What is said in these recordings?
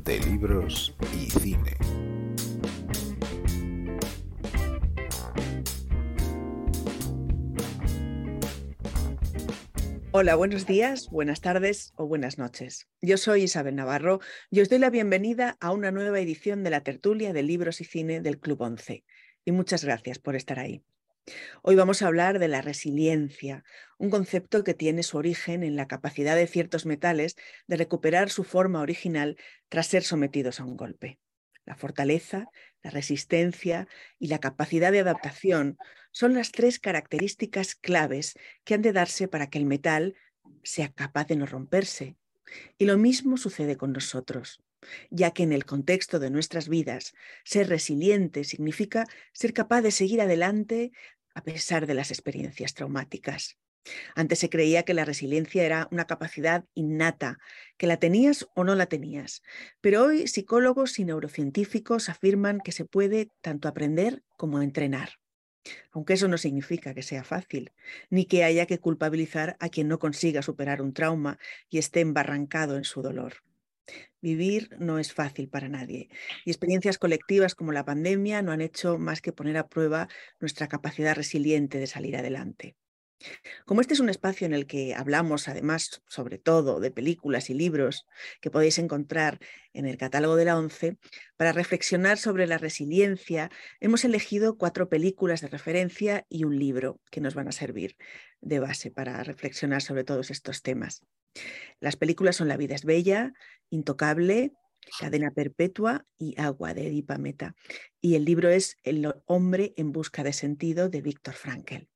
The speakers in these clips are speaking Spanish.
de libros y cine. Hola, buenos días, buenas tardes o buenas noches. Yo soy Isabel Navarro y os doy la bienvenida a una nueva edición de la tertulia de libros y cine del Club 11. Y muchas gracias por estar ahí. Hoy vamos a hablar de la resiliencia, un concepto que tiene su origen en la capacidad de ciertos metales de recuperar su forma original tras ser sometidos a un golpe. La fortaleza, la resistencia y la capacidad de adaptación son las tres características claves que han de darse para que el metal sea capaz de no romperse. Y lo mismo sucede con nosotros, ya que en el contexto de nuestras vidas, ser resiliente significa ser capaz de seguir adelante a pesar de las experiencias traumáticas. Antes se creía que la resiliencia era una capacidad innata, que la tenías o no la tenías, pero hoy psicólogos y neurocientíficos afirman que se puede tanto aprender como entrenar. Aunque eso no significa que sea fácil, ni que haya que culpabilizar a quien no consiga superar un trauma y esté embarrancado en su dolor. Vivir no es fácil para nadie y experiencias colectivas como la pandemia no han hecho más que poner a prueba nuestra capacidad resiliente de salir adelante. Como este es un espacio en el que hablamos, además, sobre todo de películas y libros que podéis encontrar en el catálogo de la ONCE, para reflexionar sobre la resiliencia, hemos elegido 4 películas de referencia y un libro que nos van a servir de base para reflexionar sobre todos estos temas. Las películas son La vida es bella, Intocable, Cadena perpetua y Agua, de Edipa Meta. Y el libro es El hombre en busca de sentido, de Viktor Frankl.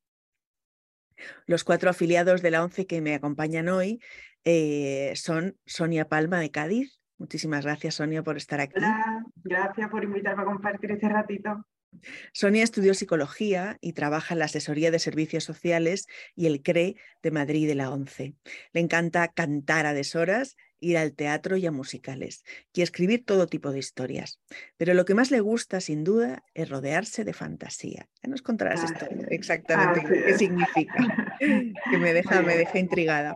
Los 4 afiliados de la ONCE que me acompañan hoy son Sonia Palma, de Cádiz. Muchísimas gracias, Sonia, por estar aquí. Hola, gracias por invitarme a compartir este ratito. Sonia estudió psicología y trabaja en la asesoría de servicios sociales y el CRE de Madrid de la ONCE. Le encanta cantar a deshoras, ir al teatro y a musicales y escribir todo tipo de historias. Pero lo que más le gusta, sin duda, es rodearse de fantasía. Ya nos contarás esto exactamente qué significa, que me deja intrigada.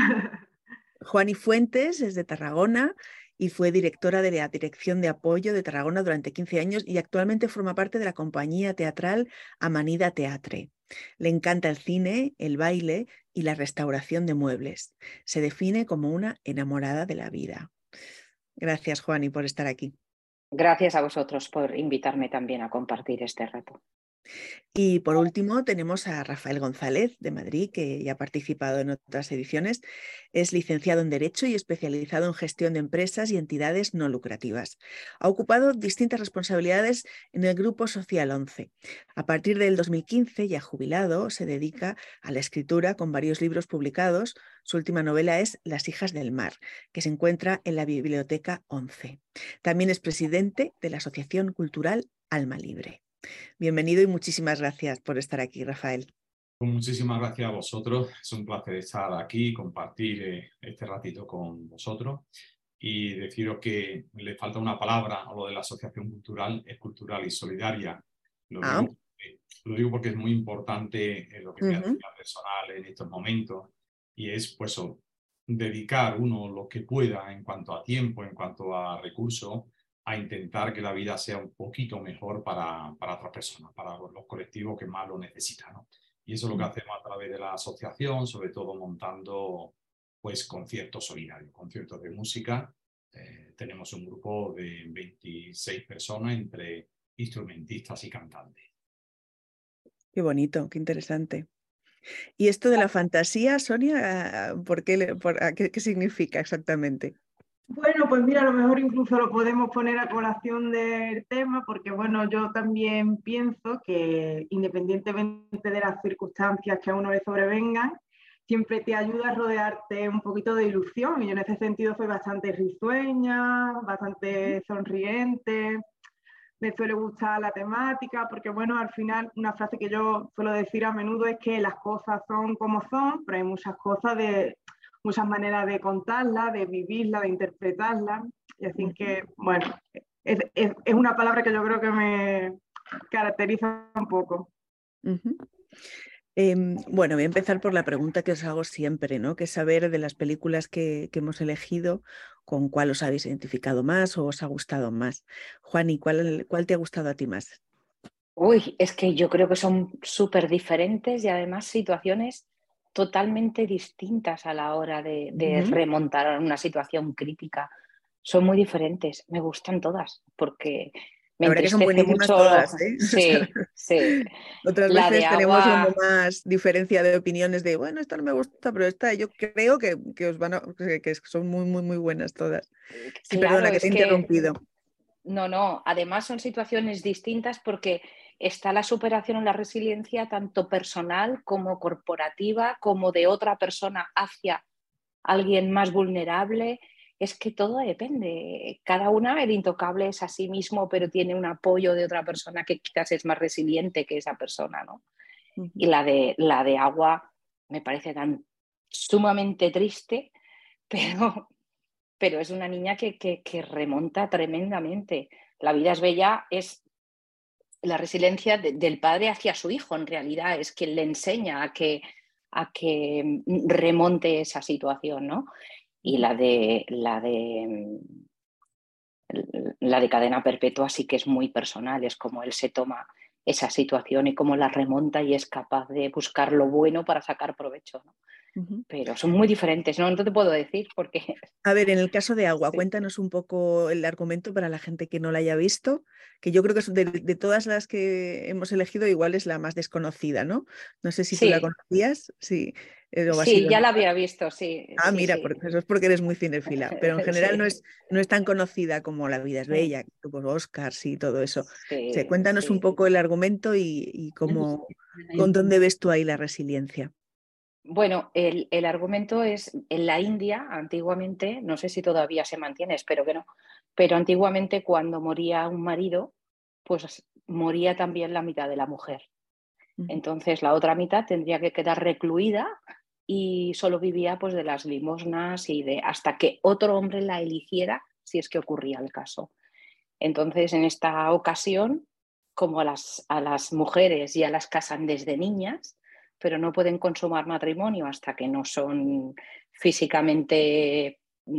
Juani Fuentes es de Tarragona y fue directora de la Dirección de Apoyo de Tarragona durante 15 años y actualmente forma parte de la compañía teatral Amanida Teatre. Le encanta el cine, el baile y la restauración de muebles. Se define como una enamorada de la vida. Gracias, Juani, por estar aquí. Gracias a vosotros por invitarme también a compartir este rato. Y por último tenemos a Rafael González, de Madrid, que ya ha participado en otras ediciones. Es licenciado en Derecho y especializado en gestión de empresas y entidades no lucrativas. Ha ocupado distintas responsabilidades en el Grupo Social 11. A partir del 2015, ya jubilado, se dedica a la escritura con varios libros publicados. Su última novela es Las hijas del mar, que se encuentra en la Biblioteca 11. También es presidente de la Asociación Cultural Alma Libre. Bienvenido y muchísimas gracias por estar aquí, Rafael. Muchísimas gracias a vosotros. Es un placer estar aquí y compartir este ratito con vosotros. Y deciros que le falta una palabra a lo de la asociación cultural, es cultural y solidaria. Lo digo porque es muy importante lo que me hace personal en estos momentos, y es pues dedicar uno lo que pueda en cuanto a tiempo, en cuanto a recursos, a intentar que la vida sea un poquito mejor para otras personas, para los colectivos que más lo necesitan, ¿no? Y eso es lo que hacemos a través de la asociación, sobre todo montando pues conciertos solidarios, conciertos de música. Tenemos un grupo de 26 personas entre instrumentistas y cantantes. Qué bonito, qué interesante. ¿Y esto de la fantasía, Sonia, qué significa exactamente? Bueno, pues mira, a lo mejor incluso lo podemos poner a colación del tema, porque bueno, yo también pienso que independientemente de las circunstancias que a uno le sobrevengan, siempre te ayuda a rodearte un poquito de ilusión, y yo en ese sentido soy bastante risueña, bastante sonriente. Me suele gustar la temática, porque bueno, al final una frase que yo suelo decir a menudo es que las cosas son como son, pero hay muchas maneras de contarlas, de vivirlas, de interpretarlas, y así que bueno, es una palabra que yo creo que me caracteriza un poco. Bueno, voy a empezar por la pregunta que os hago siempre, ¿no? Que es saber de las películas que hemos elegido, con cuál os habéis identificado más o os ha gustado más. Juani, ¿cuál te ha gustado a ti más? Uy, es que yo creo que son súper diferentes y además situaciones totalmente distintas a la hora de Ujú. remontar a una situación crítica. Son muy diferentes, me gustan todas porque me La verdad que son entristece buenísimas mucho. todas, ¿eh? O sea, Sí, sí. otras La de veces tenemos como agua. más diferencia de opiniones de, bueno, esta no me gusta, pero esta yo creo que os van que son muy, muy, muy buenas todas. Sí, Claro, perdona, que te es he que interrumpido. no. Además son situaciones distintas porque está la superación o la resiliencia tanto personal como corporativa, como de otra persona hacia alguien más vulnerable. Es que todo depende. Cada una, el intocable es a sí mismo, pero tiene un apoyo de otra persona que quizás es más resiliente que esa persona, ¿no? Y Ujú. la de agua me parece tan sumamente triste, pero es una niña que remonta tremendamente. La vida es bella, es la resiliencia del padre hacia su hijo, en realidad, es quien le enseña a que remonte esa situación, ¿no? Y la de cadena perpetua sí que es muy personal, es como él se toma esa situación y cómo la remonta y es capaz de buscar lo bueno para sacar provecho, ¿no? Ujú. Pero son muy diferentes, ¿no? No te puedo decir porque A ver, en el caso de Agua, sí. cuéntanos un poco el argumento para la gente que no la haya visto, que yo creo que es de todas las que hemos elegido, igual es la más desconocida, ¿no? No sé si tú la Sí, conocías, sí, o ha sí, sido ya la nueva. había visto, sí, Ah, sí, mira, sí. eso es porque eres muy cinéfila, pero en general Sí, no es tan conocida como La vida es bella, que tuvo Oscars y todo eso. O sea, sí, cuéntanos un sí. poco el argumento y con dónde ves tú ahí la resiliencia. Bueno, el argumento es en la India, antiguamente, no sé si todavía se mantiene, espero que no, pero antiguamente cuando moría un marido, pues moría también la mitad de la mujer. Ujú. Entonces la otra mitad tendría que quedar recluida y solo vivía pues de las limosnas y de hasta que otro hombre la eligiera si es que ocurría el caso. Entonces en esta ocasión, como a las mujeres ya las casan desde niñas, pero no pueden consumar matrimonio hasta que no son físicamente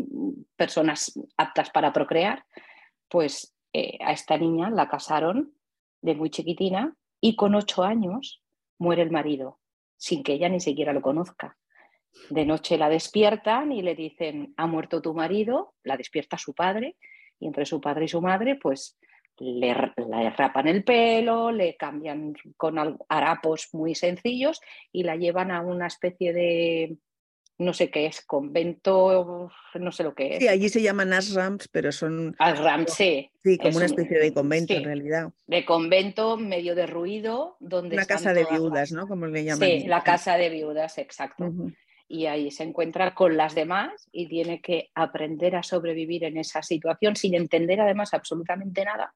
personas aptas para procrear, pues a esta niña la casaron de muy chiquitina y con 8 años muere el marido, sin que ella ni siquiera lo conozca. De noche la despiertan y le dicen, ha muerto tu marido, la despierta su padre, y entre su padre y su madre, pues le rapan el pelo, le cambian con harapos muy sencillos y la llevan a una especie de, no sé qué es, convento, no sé lo que Sí, es, allí se llaman ashrams, pero son, al Ramsey, sí, como es una especie de convento en sí, realidad. de convento medio derruido, donde Una están casa de todas viudas, las... ¿no? Como le llaman Sí, ellos. la Sí. casa de viudas, exacto. Ujú. Y ahí se encuentra con las demás y tiene que aprender a sobrevivir en esa situación sin entender además absolutamente nada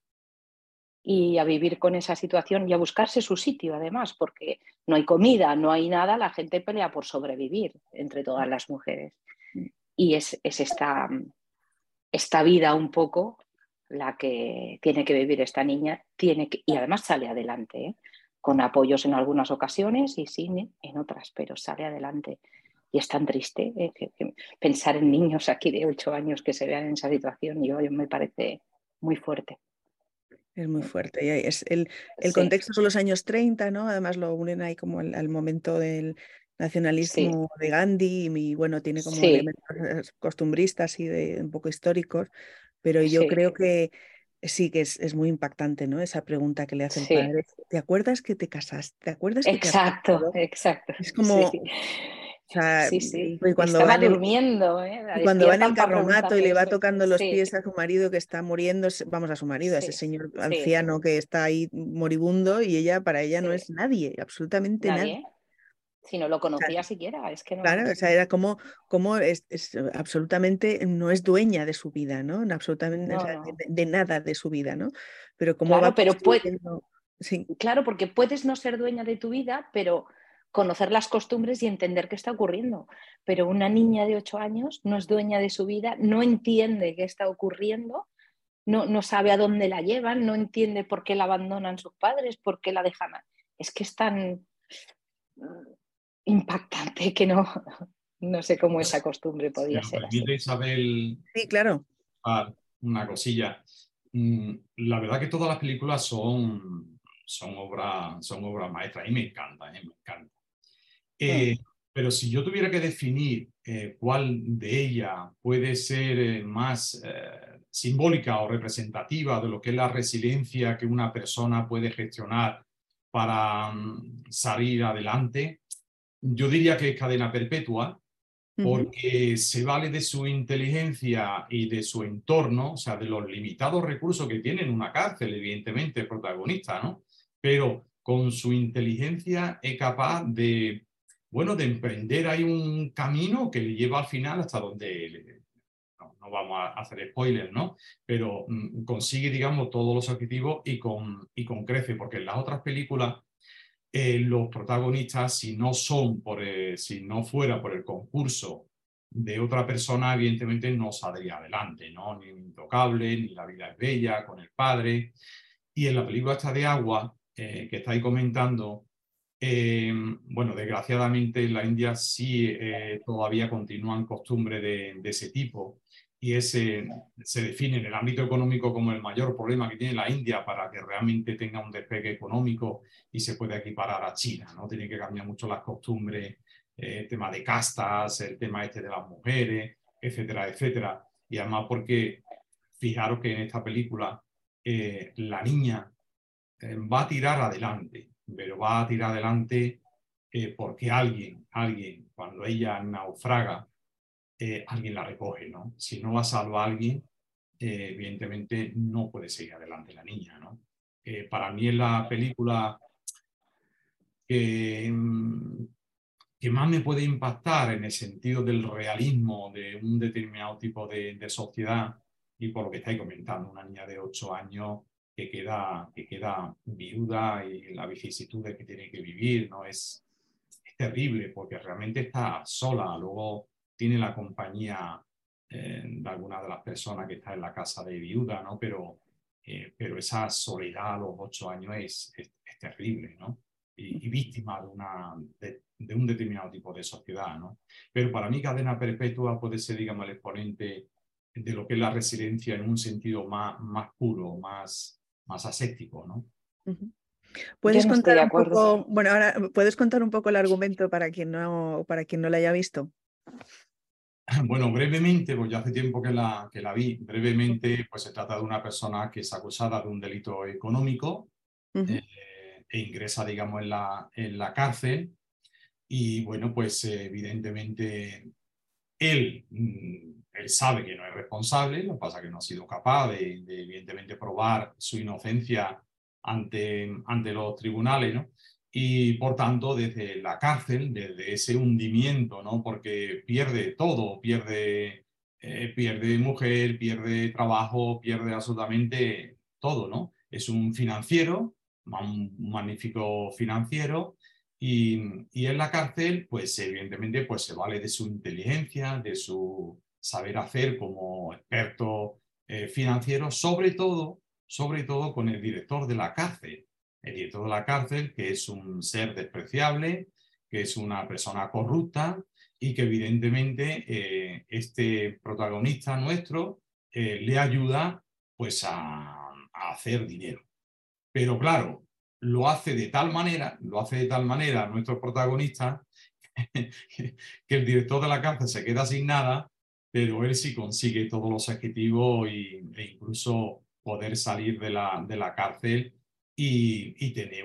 y a vivir con esa situación y a buscarse su sitio además, porque no hay comida, no hay nada, la gente pelea por sobrevivir entre todas las mujeres. Y es esta vida un poco la que tiene que vivir esta niña, y además sale adelante, ¿eh? Con apoyos en algunas ocasiones y sin en otras, pero sale adelante. Y es tan triste que pensar en niños aquí de 8 años que se vean en esa situación, yo me parece muy fuerte. Es muy fuerte. Y el Sí, contexto son los años 30, ¿no? Además lo unen ahí como al momento del sí, nacionalismo de Gandhi y bueno, tiene como sí, elementos costumbristas y de un poco históricos, pero yo sí, creo que sí que es muy impactante, ¿no? Esa pregunta que le hace el sí. padre. ¿Te acuerdas que te casaste? ¿Te acuerdas que te has Exacto, casado? exacto. Es como, Sí, o sea, sí, sí. y cuando va Estaba en el, durmiendo, ¿eh? La y cuando va en el despiertan para carromato y preguntarle le va eso. tocando los Sí, pies a su marido que está muriendo, vamos, a su marido, a ese sí, señor sí, anciano que está ahí moribundo y ella, para ella no sí. es nadie, absolutamente nadie. Nadie, si no lo O sea, conocía siquiera, es que claro, no. o sea, era como absolutamente, no es dueña de su vida, ¿no? Absolutamente, o No, sea, no. de nada de su vida, ¿no? Pero cómo Claro, va pero construyendo, sí. claro, porque puedes no ser dueña de tu vida, pero conocer las costumbres y entender qué está ocurriendo. Pero una niña de 8 años no es dueña de su vida, no entiende qué está ocurriendo, no sabe a dónde la llevan, no entiende por qué la abandonan sus padres, por qué la dejan. Es que es tan, impactante que no sé cómo esa costumbre Si podía me ser así. permite, Isabel, Sí, claro. una cosilla. La verdad que todas las películas son obras maestras y me encantan, me encantan. Pero si yo tuviera que definir cuál de ellas puede ser más simbólica o representativa de lo que es la resiliencia que una persona puede gestionar para salir adelante, yo diría que es Cadena Perpetua, porque se vale de su inteligencia y de su entorno, o sea, de los limitados recursos que tiene en una cárcel, evidentemente, el protagonista, ¿no? Pero con su inteligencia es capaz de, bueno, de emprender ahí un camino que le lleva al final hasta donde, no vamos a hacer spoilers, ¿no? Pero consigue, digamos, todos los objetivos y con crece, porque en las otras películas los protagonistas, si no si no fuera por el concurso de otra persona, evidentemente no saldría adelante, ¿no? Ni Intocable, ni La vida es bella, con el padre. Y en la película esta de Agua, que estáis comentando, bueno, desgraciadamente en la India sí todavía continúan costumbres de ese tipo y se define en el ámbito económico como el mayor problema que tiene la India para que realmente tenga un despegue económico y se pueda equiparar a China, ¿no? Tiene que cambiar mucho las costumbres, el tema de castas, el tema este de las mujeres, etcétera, etcétera. Y además porque fijaros que en esta película la niña va a tirar adelante, pero va a tirar adelante porque alguien, cuando ella naufraga, alguien la recoge, ¿no? Si no la salva alguien, evidentemente no puede seguir adelante la niña, ¿no? Para mí es la película que, que más me puede impactar en el sentido del realismo de un determinado tipo de sociedad y por lo que estáis comentando, una niña de 8 años que queda viuda y las vicisitudes que tiene que vivir, ¿no? Es terrible porque realmente está sola, luego tiene la compañía de alguna de las personas que está en la casa de viuda, ¿no? Pero esa soledad a los 8 años es terrible, ¿no? Y víctima de un determinado tipo de sociedad, ¿no? Pero para mí Cadena Perpetua puede ser, digamos, el exponente de lo que es la resiliencia en un sentido más puro, más aséptico, ¿no? Yo ¿Puedes no estoy contar de un acuerdo. poco, bueno, ahora puedes contar un poco el argumento para quien no la haya visto? Bueno, brevemente, pues ya hace tiempo que la vi, brevemente, pues se trata de una persona que es acusada de un delito económico e ingresa, digamos, en la cárcel y, bueno, pues evidentemente él sabe que no es responsable, lo que pasa es que no ha sido capaz de evidentemente, probar su inocencia ante los tribunales, ¿no? Y por tanto, desde la cárcel, desde ese hundimiento, ¿no? Porque pierde todo, pierde mujer, pierde trabajo, pierde absolutamente todo, ¿no? Es un financiero, un magnífico financiero, y en la cárcel, pues evidentemente pues, se vale de su inteligencia, de su saber hacer como experto financiero, sobre todo con el director de la cárcel. El director de la cárcel, que es un ser despreciable, que es una persona corrupta y que evidentemente este protagonista nuestro le ayuda pues a hacer dinero. Pero claro, lo hace de tal manera nuestro protagonista, que el director de la cárcel se queda sin nada, pero él sí consigue todos los objetivos e incluso poder salir de la cárcel y tener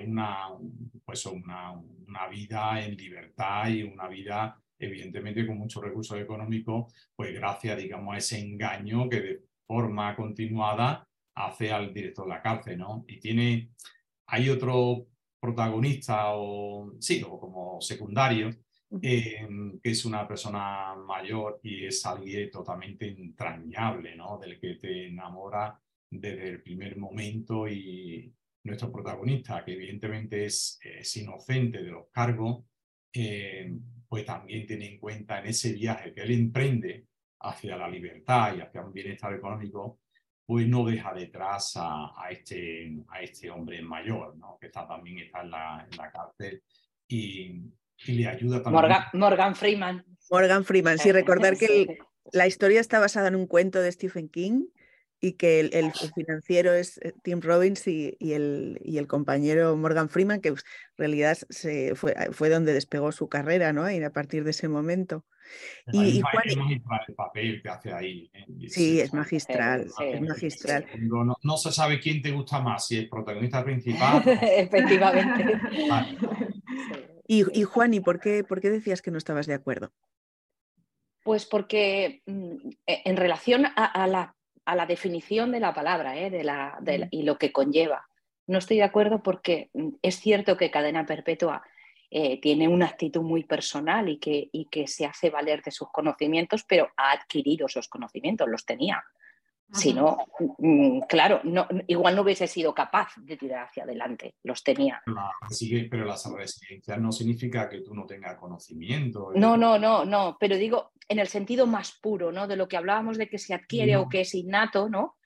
una vida en libertad y una vida, evidentemente, con muchos recursos económicos, pues gracias, digamos, a ese engaño que de forma continuada hace al director de la cárcel, ¿no? Hay otro protagonista o como secundario, que es una persona mayor y es alguien totalmente entrañable, ¿no? Del que te enamora desde el primer momento y nuestro protagonista, que evidentemente es inocente de los cargos, pues también tiene en cuenta en ese viaje que él emprende hacia la libertad y hacia un bienestar económico, pues no deja detrás a este hombre mayor, ¿no? Que también está en la cárcel y y le ayuda también. Morgan Freeman. Morgan Freeman, sí, recordar que la historia está basada en un cuento de Stephen King y que el financiero es Tim Robbins y el compañero Morgan Freeman, que en realidad fue donde despegó su carrera, ¿no? Y a partir de ese momento. Y Juan, es magistral el papel que hace ahí. Sí, es magistral, sí, es magistral. No se sabe quién te gusta más, si es protagonista principal. Efectivamente. Vale. Y Juan, ¿y por qué decías que no estabas de acuerdo? Pues porque en relación a la definición de la palabra y lo que conlleva, no estoy de acuerdo porque es cierto que cadena perpetua tiene una actitud muy personal y que se hace valer de sus conocimientos, pero ha adquirido esos conocimientos, los tenía. Si no, claro, igual no hubiese sido capaz de tirar hacia adelante, los tenía. Pero la resiliencia no significa que tú no tengas conocimiento. No, pero digo en el sentido más puro, ¿no? De lo que hablábamos de que se adquiere o que es innato, ¿no?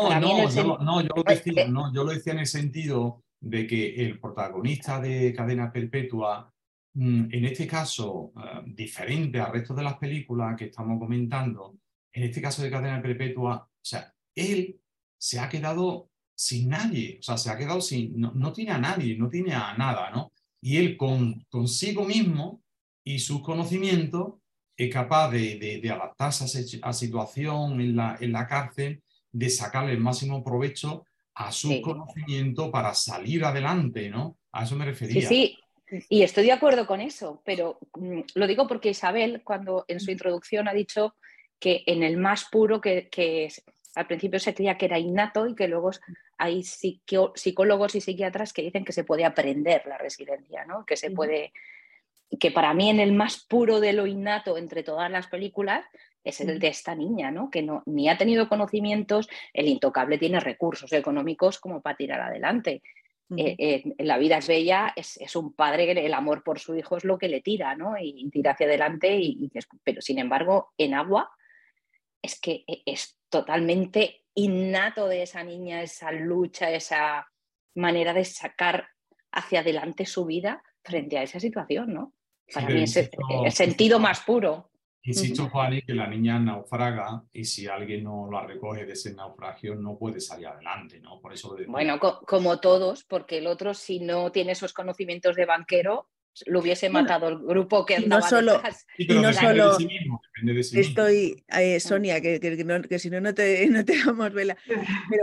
Yo lo decía en el sentido de que el protagonista de Cadena Perpetua, en este caso, diferente al resto de las películas que estamos comentando, en este caso de Cadena Perpetua, o sea, él se ha quedado sin nadie, o sea, se ha quedado sin, no tiene a nadie, no tiene a nada, ¿no? Y él consigo mismo y sus conocimientos es capaz de adaptarse a situación en la cárcel, de sacarle el máximo provecho a sus conocimientos para salir adelante, ¿no? A eso me refería. Sí, y estoy de acuerdo con eso, pero lo digo porque Isabel, cuando en su introducción ha dicho que en el más puro, que al principio se creía que era innato y que luego hay psicólogos y psiquiatras que dicen que se puede aprender la resiliencia, ¿no? Que se puede, que para mí en el más puro de lo innato entre todas las películas es el de esta niña, ¿no? Que ni ha tenido conocimientos, el intocable tiene recursos económicos como para tirar adelante. La vida es bella, es un padre que el amor por su hijo es lo que le tira, ¿no? Y tira hacia adelante, pero sin embargo en Agua es que es totalmente innato de esa niña, esa lucha, esa manera de sacar hacia adelante su vida frente a esa situación, ¿no? Para mí es el sentido más puro. Insisto, Juani, que la niña naufraga y si alguien no la recoge de ese naufragio no puede salir adelante, ¿no? Por eso lo decía. Bueno, como todos, porque el otro, si no tiene esos conocimientos de banquero, lo hubiese matado el grupo que andaba detrás. Sí, pero depende de sí mismo. Estoy, Sonia, que si no te damos vela. Pero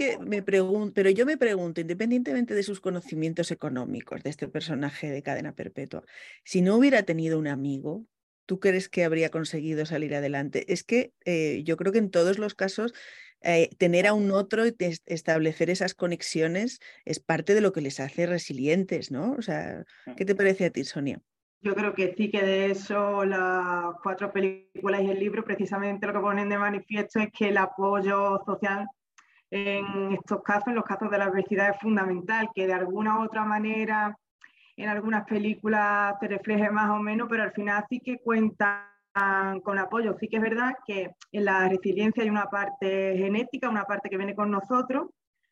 yo me pregunto, independientemente de sus conocimientos económicos de este personaje de Cadena Perpetua, si no hubiera tenido un amigo, ¿tú crees que habría conseguido salir adelante? Es que yo creo que en todos los casos tener a un otro y establecer esas conexiones es parte de lo que les hace resilientes, ¿no? O sea, ¿qué te parece a ti, Sonia? Yo creo que sí, que de eso las 4 películas y el libro precisamente lo que ponen de manifiesto es que el apoyo social en estos casos, en los casos de la adversidad, es fundamental, que de alguna u otra manera en algunas películas se refleje más o menos, pero al final sí que cuentan con apoyo. Sí que es verdad que en la resiliencia hay una parte genética, una parte que viene con nosotros,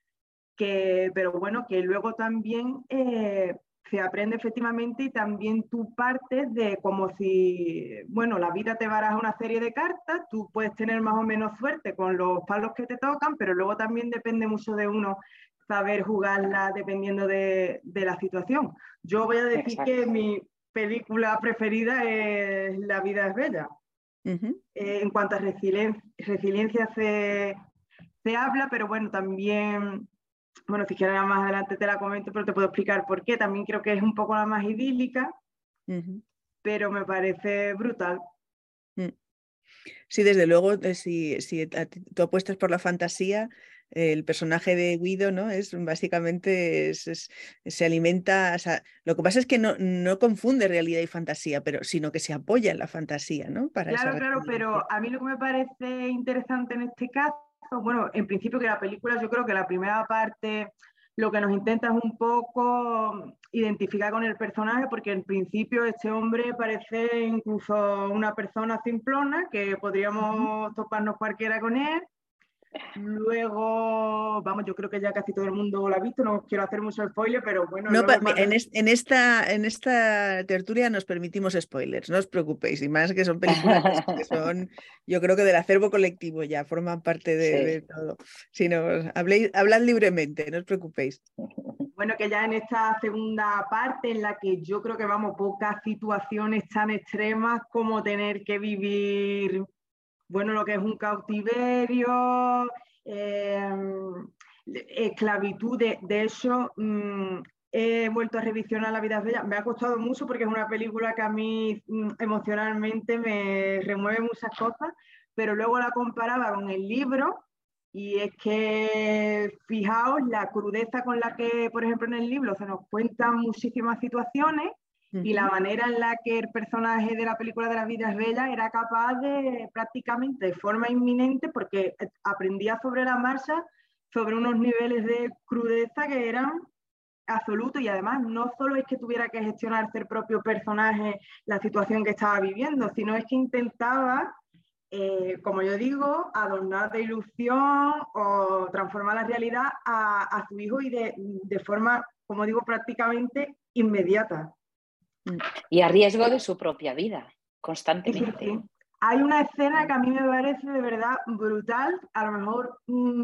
pero bueno, que luego también se aprende efectivamente y también tú partes de como si, bueno, la vida te baraja una serie de cartas, tú puedes tener más o menos suerte con los palos que te tocan, pero luego también depende mucho de uno saber jugarla dependiendo de la situación. Yo voy a decir que mi película preferida es La vida es bella. En cuanto a resiliencia se habla, pero bueno, también, bueno, si quieres más adelante te la comento, pero te puedo explicar por qué. También creo que es un poco la más idílica, pero me parece brutal. Sí, desde luego, si tú apuestas por la fantasía, el personaje de Guido, ¿no? Básicamente se alimenta, o sea, lo que pasa es que no confunde realidad y fantasía, sino que se apoya en la fantasía, ¿no? Claro, pero a mí lo que me parece interesante en este caso, bueno, en principio que la película, yo creo que la primera parte lo que nos intenta es un poco identificar con el personaje, porque en principio este hombre parece incluso una persona simplona, que podríamos toparnos cualquiera con él, Luego, vamos, yo creo que ya casi todo el mundo lo ha visto, no quiero hacer mucho spoiler, pero bueno. No, luego en esta tertulia nos permitimos spoilers, no os preocupéis, y más que son películas que son, yo creo que del acervo colectivo ya, forman parte de todo. Si no, hablad libremente, no os preocupéis. Bueno, que ya en esta segunda parte en la que yo creo que vamos, pocas situaciones tan extremas como tener que vivir, bueno, lo que es un cautiverio, esclavitud, de hecho, he vuelto a revisionar La vida es bella. Me ha costado mucho porque es una película que a mí emocionalmente me remueve muchas cosas, pero luego la comparaba con el libro y es que fijaos la crudeza con la que, por ejemplo, en el libro se nos cuentan muchísimas situaciones y la manera en la que el personaje de la película de La vida es bella era capaz de prácticamente de forma inminente, porque aprendía sobre la marcha, sobre unos niveles de crudeza que eran absolutos, y además no solo es que tuviera que gestionarse el propio personaje la situación que estaba viviendo, sino es que intentaba, como yo digo, adornar de ilusión o transformar la realidad a su hijo y de forma, como digo, prácticamente inmediata. Y a riesgo de su propia vida, constantemente. Sí. Hay una escena que a mí me parece de verdad brutal, a lo mejor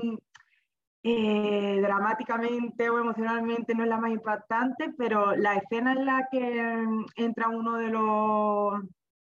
dramáticamente o emocionalmente no es la más impactante, pero la escena en la que entra uno de los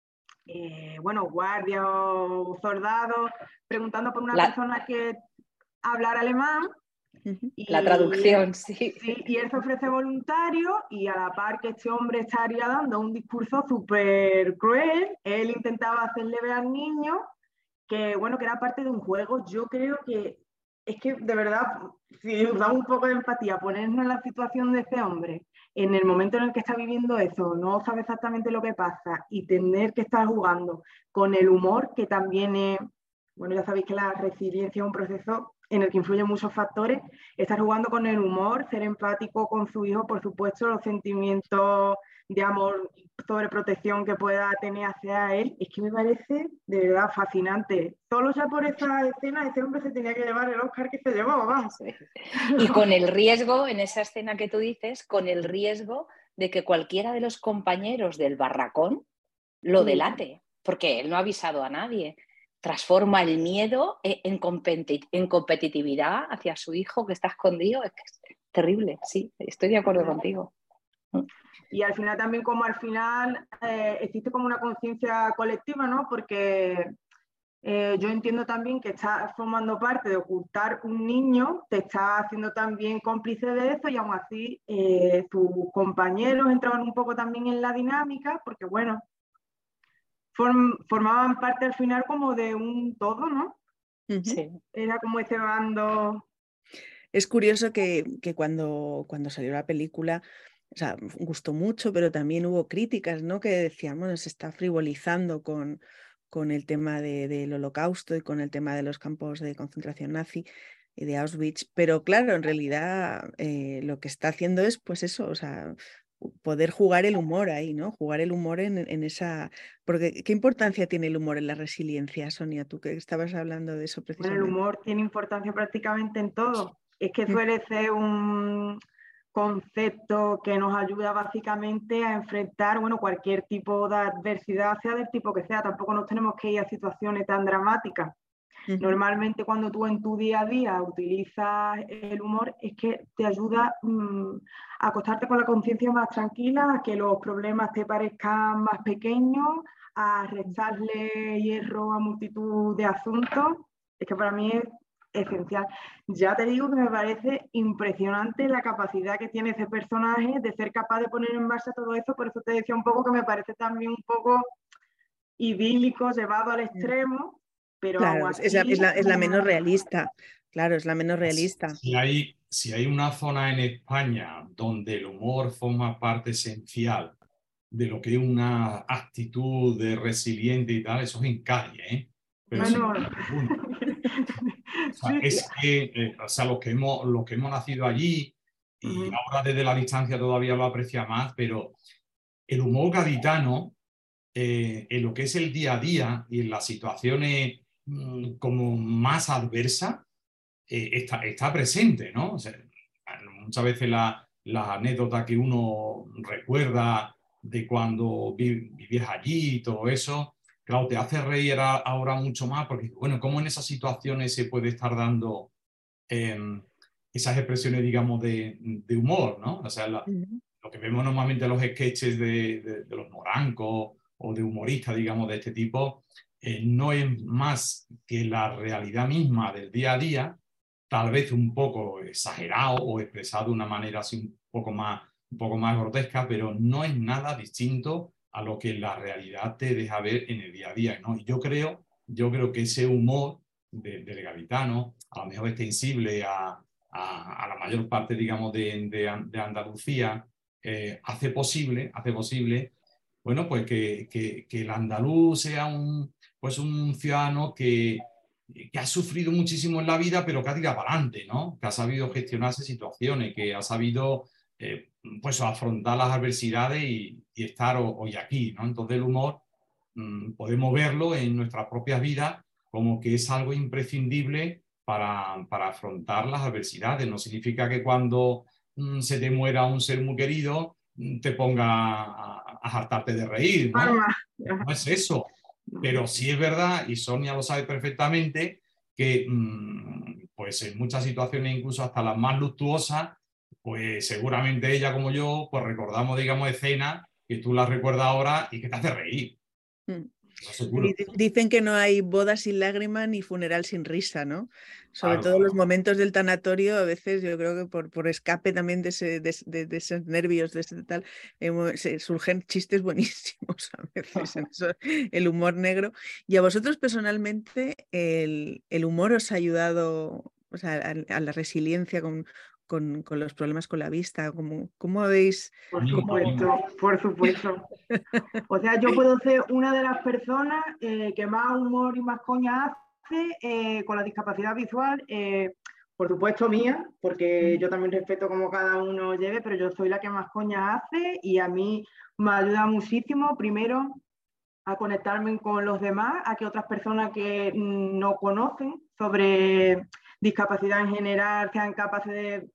guardias o soldados preguntando por una persona que hablara alemán. La traducción, sí. Y él se ofrece voluntario y a la par que este hombre estaría dando un discurso súper cruel, él intentaba hacerle ver al niño que, bueno, que era parte de un juego. Yo creo que es que, de verdad, si nos da un poco de empatía, ponernos en la situación de ese hombre, en el momento en el que está viviendo eso, no sabe exactamente lo que pasa y tener que estar jugando con el humor, que también es, bueno, ya sabéis que la resiliencia es un proceso en el que influyen muchos factores, estar jugando con el humor, ser empático con su hijo, por supuesto, los sentimientos de amor, sobreprotección que pueda tener hacia él, es que me parece de verdad fascinante. Solo ya por esa escena ese hombre se tenía que llevar el Oscar que se llevó, vamos. Sí. Y con el riesgo, en esa escena que tú dices, con el riesgo de que cualquiera de los compañeros del barracón lo delate, porque él no ha avisado a nadie. Transforma el miedo en competitividad hacia su hijo que está escondido. Es que es terrible, sí, estoy de acuerdo contigo. Y al final también como al final existe como una conciencia colectiva, ¿no? Porque yo entiendo también que estás formando parte de ocultar un niño, te estás haciendo también cómplice de eso y aún así tus compañeros entraban un poco también en la dinámica porque, bueno, formaban parte al final como de un todo, ¿no? Sí. Era como ese bando. Es curioso que cuando salió la película, o sea, gustó mucho, pero también hubo críticas, ¿no? Que decían, bueno, se está frivolizando con el tema del Holocausto y con el tema de los campos de concentración nazi y de Auschwitz, pero claro, en realidad lo que está haciendo es, pues eso, o sea, poder jugar el humor ahí, ¿no? Jugar el humor en esa... Porque, ¿qué importancia tiene el humor en la resiliencia, Sonia? Tú que estabas hablando de eso precisamente. Bueno, el humor tiene importancia prácticamente en todo. Es que suele ser un concepto que nos ayuda básicamente a enfrentar, bueno, cualquier tipo de adversidad, sea del tipo que sea. Tampoco nos tenemos que ir a situaciones tan dramáticas. Normalmente cuando tú en tu día a día utilizas el humor es que te ayuda a acostarte con la conciencia más tranquila, a que los problemas te parezcan más pequeños, a restarle hierro a multitud de asuntos. Es que para mí es esencial. Ya te digo que me parece impresionante la capacidad que tiene ese personaje de ser capaz de poner en marcha todo eso. Por eso te decía un poco que me parece también un poco idílico, llevado al extremo. Pero claro, así, es la menos realista. Claro, es la menos realista. Si hay una zona en España donde el humor forma parte esencial de lo que es una actitud de resiliente y tal, eso es en Cádiz, ¿eh? Pero bueno, o sea, es que los que hemos nacido allí y ahora desde la distancia todavía lo aprecia más, pero el humor gaditano en lo que es el día a día y en las situaciones como más adversas, está presente, ¿no? O sea, muchas veces las anécdotas que uno recuerda de cuando vivías allí y todo eso, claro, te hace reír ahora mucho más porque, bueno, ¿cómo en esas situaciones se puede estar dando esas expresiones, digamos, de humor, ¿no? O sea, lo que vemos normalmente en los sketches de los morancos o de humoristas, digamos, de este tipo, no es más que la realidad misma del día a día, tal vez un poco exagerado o expresado de una manera así un poco más grotesca, pero no es nada distinto a lo que la realidad te deja ver en el día a día, ¿no? Y yo creo que ese humor del gaditano, a lo mejor extensible a la mayor parte, digamos, de Andalucía, hace posible, bueno, pues que el andaluz sea pues un ciudadano que ha sufrido muchísimo en la vida, pero que ha tirado para adelante, ¿no? Que ha sabido gestionarse situaciones, que ha sabido pues afrontar las adversidades y estar hoy aquí, ¿no? Entonces el humor podemos verlo en nuestras propias vidas como que es algo imprescindible para afrontar las adversidades. No significa que cuando se te muera un ser muy querido te ponga a hartarte de reír, ¿no? No es eso. Pero sí es verdad, y Sonia lo sabe perfectamente, que pues en muchas situaciones, incluso hasta las más luctuosas, pues seguramente ella como yo, pues recordamos, digamos, escenas que tú las recuerdas ahora y que te hace reír. Eso seguro. Dicen que no hay boda sin lágrima ni funeral sin risa, ¿no? Sobre Claro, todo claro. los momentos del tanatorio, a veces yo creo que por escape también de esos nervios, de ese tal, surgen chistes buenísimos a veces, el humor negro. Y a vosotros personalmente, el humor os ha ayudado, o sea, a la resiliencia con los problemas con la vista. ¿Cómo habéis? Por supuesto, por supuesto. O sea, yo puedo ser una de las personas que más humor y más coña hace con la discapacidad visual, por supuesto mía, porque yo también respeto cómo cada uno lleve, pero yo soy la que más coña hace y a mí me ayuda muchísimo, primero, a conectarme con los demás, a que otras personas que no conocen sobre discapacidad en general sean capaces de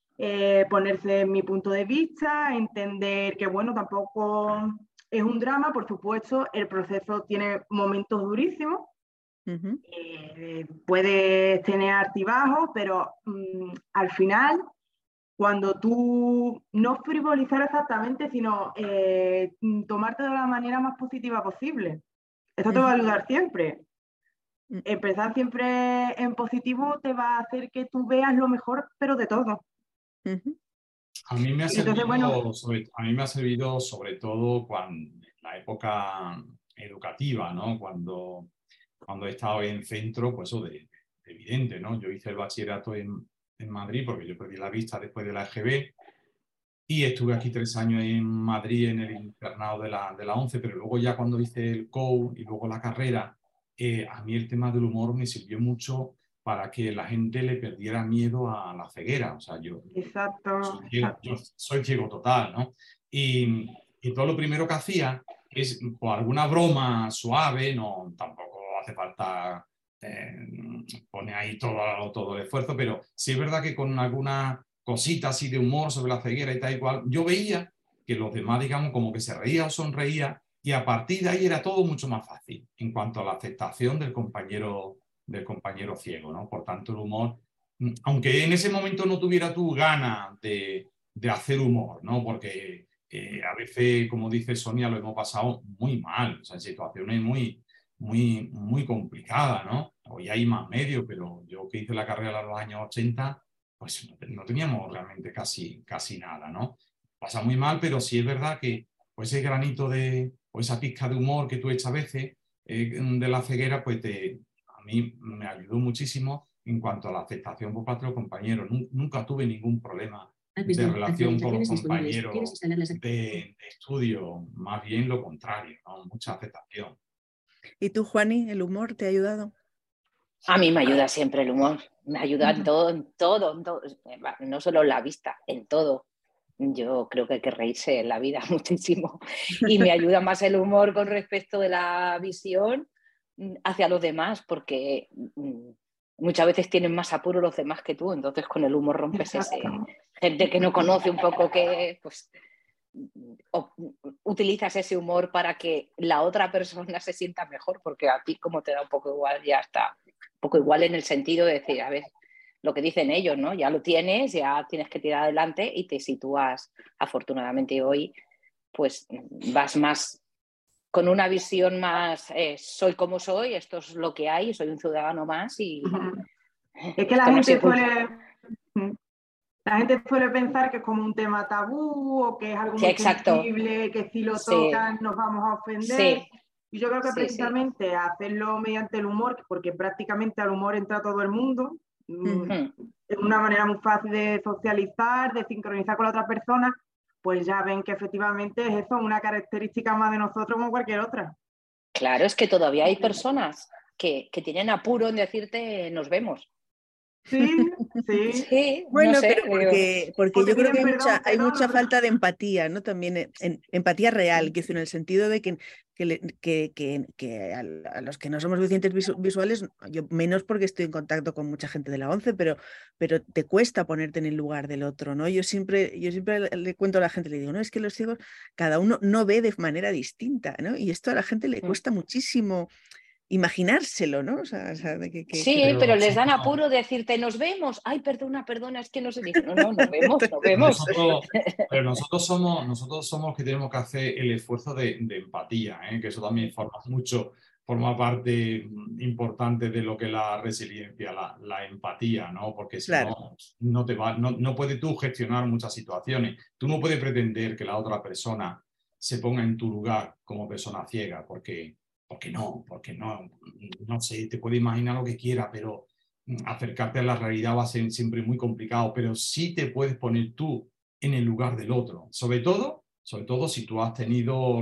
ponerse en mi punto de vista, entender que, bueno, tampoco es un drama, por supuesto, el proceso tiene momentos durísimos, puedes tener altibajos, pero al final, cuando tú no frivolizar exactamente, sino tomarte de la manera más positiva posible, esto te va a ayudar siempre. Empezar siempre en positivo te va a hacer que tú veas lo mejor, pero de todo. A mí me ha servido, Entonces, bueno, sobre todo en la época educativa, ¿no? Cuando he estado en centro, pues eso de evidente, ¿no? Yo hice el bachillerato en Madrid porque yo perdí la vista después de la EGB y estuve aquí 3 años en Madrid en el internado de la 11, pero luego ya cuando hice el COU y luego la carrera, a mí el tema del humor me sirvió mucho para que la gente le perdiera miedo a la ceguera. O sea, exacto, yo soy ciego total, ¿no? Y todo lo primero que hacía es, por alguna broma suave, no, tampoco hace falta poner ahí todo el esfuerzo, pero sí es verdad que con alguna cosita así de humor sobre la ceguera y tal y cual, yo veía que los demás, digamos, como que se reía o sonreía, y a partir de ahí era todo mucho más fácil en cuanto a la aceptación del compañero ciego, ¿no? Por tanto, el humor, aunque en ese momento no tuviera tú ganas de hacer humor, ¿no? Porque a veces, como dice Sonia, lo hemos pasado muy mal, o sea, en situaciones muy complicadas, ¿no? Hoy hay más medios, pero yo que hice la carrera en los años 80, pues no teníamos realmente casi nada, ¿no? Pasa muy mal, pero sí es verdad que pues, ese granito o esa pizca de humor que tú echas a veces de la ceguera, pues a mí me ayudó muchísimo en cuanto a la aceptación por parte de los compañeros. Nunca tuve ningún problema de relación con los compañeros de estudio, más bien lo contrario, ¿no? Mucha aceptación. ¿Y tú, Juani, el humor te ha ayudado? A mí me ayuda siempre el humor, me ayuda en todo, no solo en la vista, en todo. Yo creo que hay que reírse en la vida muchísimo y me ayuda más el humor con respecto de la visión hacia los demás, porque muchas veces tienen más apuro los demás que tú, entonces con el humor rompes ese... Gente que no conoce un poco que... pues utilizas ese humor para que la otra persona se sienta mejor, porque a ti como te da un poco igual, ya está. Un poco igual en el sentido de decir, a ver, lo que dicen ellos, ¿no? Ya lo tienes, ya tienes que tirar adelante y te sitúas, afortunadamente hoy, pues vas más con una visión más, soy como soy, esto es lo que hay, soy un ciudadano más y... Es que la gente suele pensar que es como un tema tabú o que es algo muy sensible, que si lo tocan nos vamos a ofender. Sí. Y yo creo que precisamente hacerlo mediante el humor, porque prácticamente al humor entra todo el mundo, es una manera muy fácil de socializar, de sincronizar con la otra persona, pues ya ven que efectivamente es eso, una característica más de nosotros como cualquier otra. Claro, es que todavía hay personas que tienen apuro en decirte nos vemos. Sí. Bueno, no sé, porque yo creo que hay mucha falta de empatía, ¿no? También empatía real, que es en el sentido de que a los que no somos deficientes visuales, yo menos porque estoy en contacto con mucha gente de la ONCE, pero te cuesta ponerte en el lugar del otro, ¿no? Yo siempre le cuento a la gente, le digo, no, es que los ciegos, cada uno no ve de manera distinta, ¿no? Y esto a la gente le cuesta muchísimo imaginárselo, ¿no? O sea, sí, pero les dan apuro de decirte, nos vemos. Ay, perdona, es que no se dice. No, nos vemos. Pero nosotros somos los que tenemos que hacer el esfuerzo de empatía, que eso también forma parte importante de lo que es la resiliencia, la empatía, ¿no? Porque si no, no puedes tú gestionar muchas situaciones. Tú no puedes pretender que la otra persona se ponga en tu lugar como persona ciega, porque no sé, te puede imaginar lo que quiera, pero acercarte a la realidad va a ser siempre muy complicado, pero sí te puedes poner tú en el lugar del otro, sobre todo si tú has tenido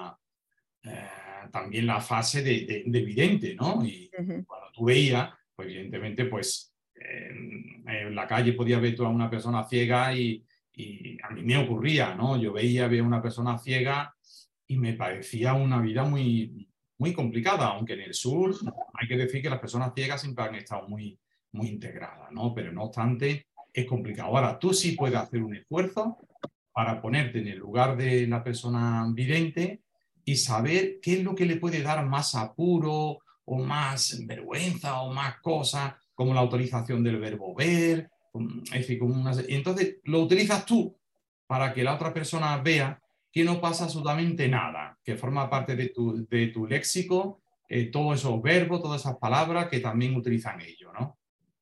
también la fase de vidente, ¿no? Y cuando tú veías, pues evidentemente, pues en la calle podía ver tú a una persona ciega y a mí me ocurría, ¿no? Yo veía una persona ciega y me parecía una vida muy complicada, aunque en el sur hay que decir que las personas ciegas siempre han estado muy integradas, ¿no? Pero no obstante, es complicado. Ahora, tú sí puedes hacer un esfuerzo para ponerte en el lugar de la persona vidente y saber qué es lo que le puede dar más apuro o más vergüenza o más cosas, como la utilización del verbo ver, es decir, y entonces lo utilizas tú para que la otra persona vea que no pasa absolutamente nada, que forma parte de tu léxico, todos esos verbos, todas esas palabras que también utilizan ellos, ¿no?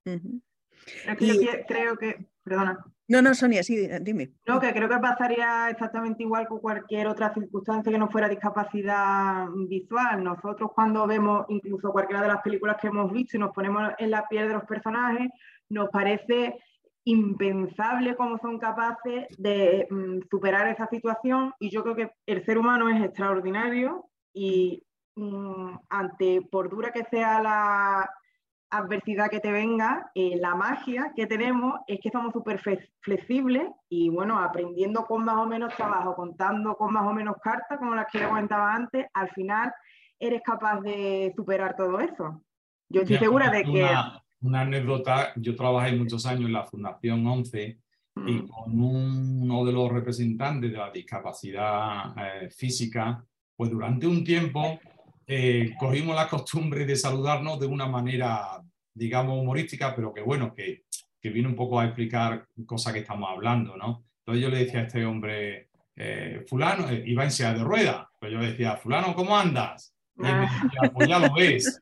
Es que yo creo que... Perdona. No, Sonia, sí, dime. No, que creo que pasaría exactamente igual con cualquier otra circunstancia que no fuera discapacidad visual. Nosotros cuando vemos incluso cualquiera de las películas que hemos visto y nos ponemos en la piel de los personajes, nos parece impensable cómo son capaces de superar esa situación, y yo creo que el ser humano es extraordinario y por dura que sea la adversidad que te venga, la magia que tenemos es que somos súper flexibles y bueno, aprendiendo con más o menos trabajo, contando con más o menos cartas, como las que le comentaba antes, al final eres capaz de superar todo eso. Yo estoy segura de que... Una anécdota, yo trabajé muchos años en la Fundación ONCE y con uno de los representantes de la discapacidad física, pues durante un tiempo cogimos la costumbre de saludarnos de una manera, digamos, humorística, pero que bueno, que viene un poco a explicar cosas que estamos hablando, ¿no? Entonces yo le decía a este hombre, fulano, iba en silla de ruedas, pues yo le decía, fulano, ¿cómo andas? Y él me decía, pues ya lo ves.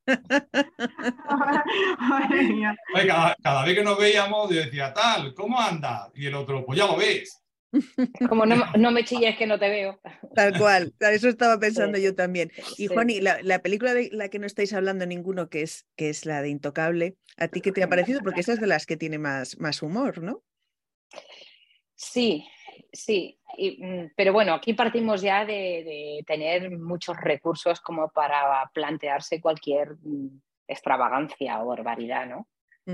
Cada vez que nos veíamos, yo decía, tal, ¿cómo andas? Y el otro, pues ya lo ves. Como no me chilles que no te veo. Tal cual, eso estaba pensando yo también. Y Juani, la película de la que no estáis hablando ninguno, que es la de Intocable, ¿a ti qué te ha parecido? Porque esa es de las que tiene más humor, ¿no? Sí. Pero bueno, aquí partimos ya de tener muchos recursos como para plantearse cualquier extravagancia o barbaridad, ¿no?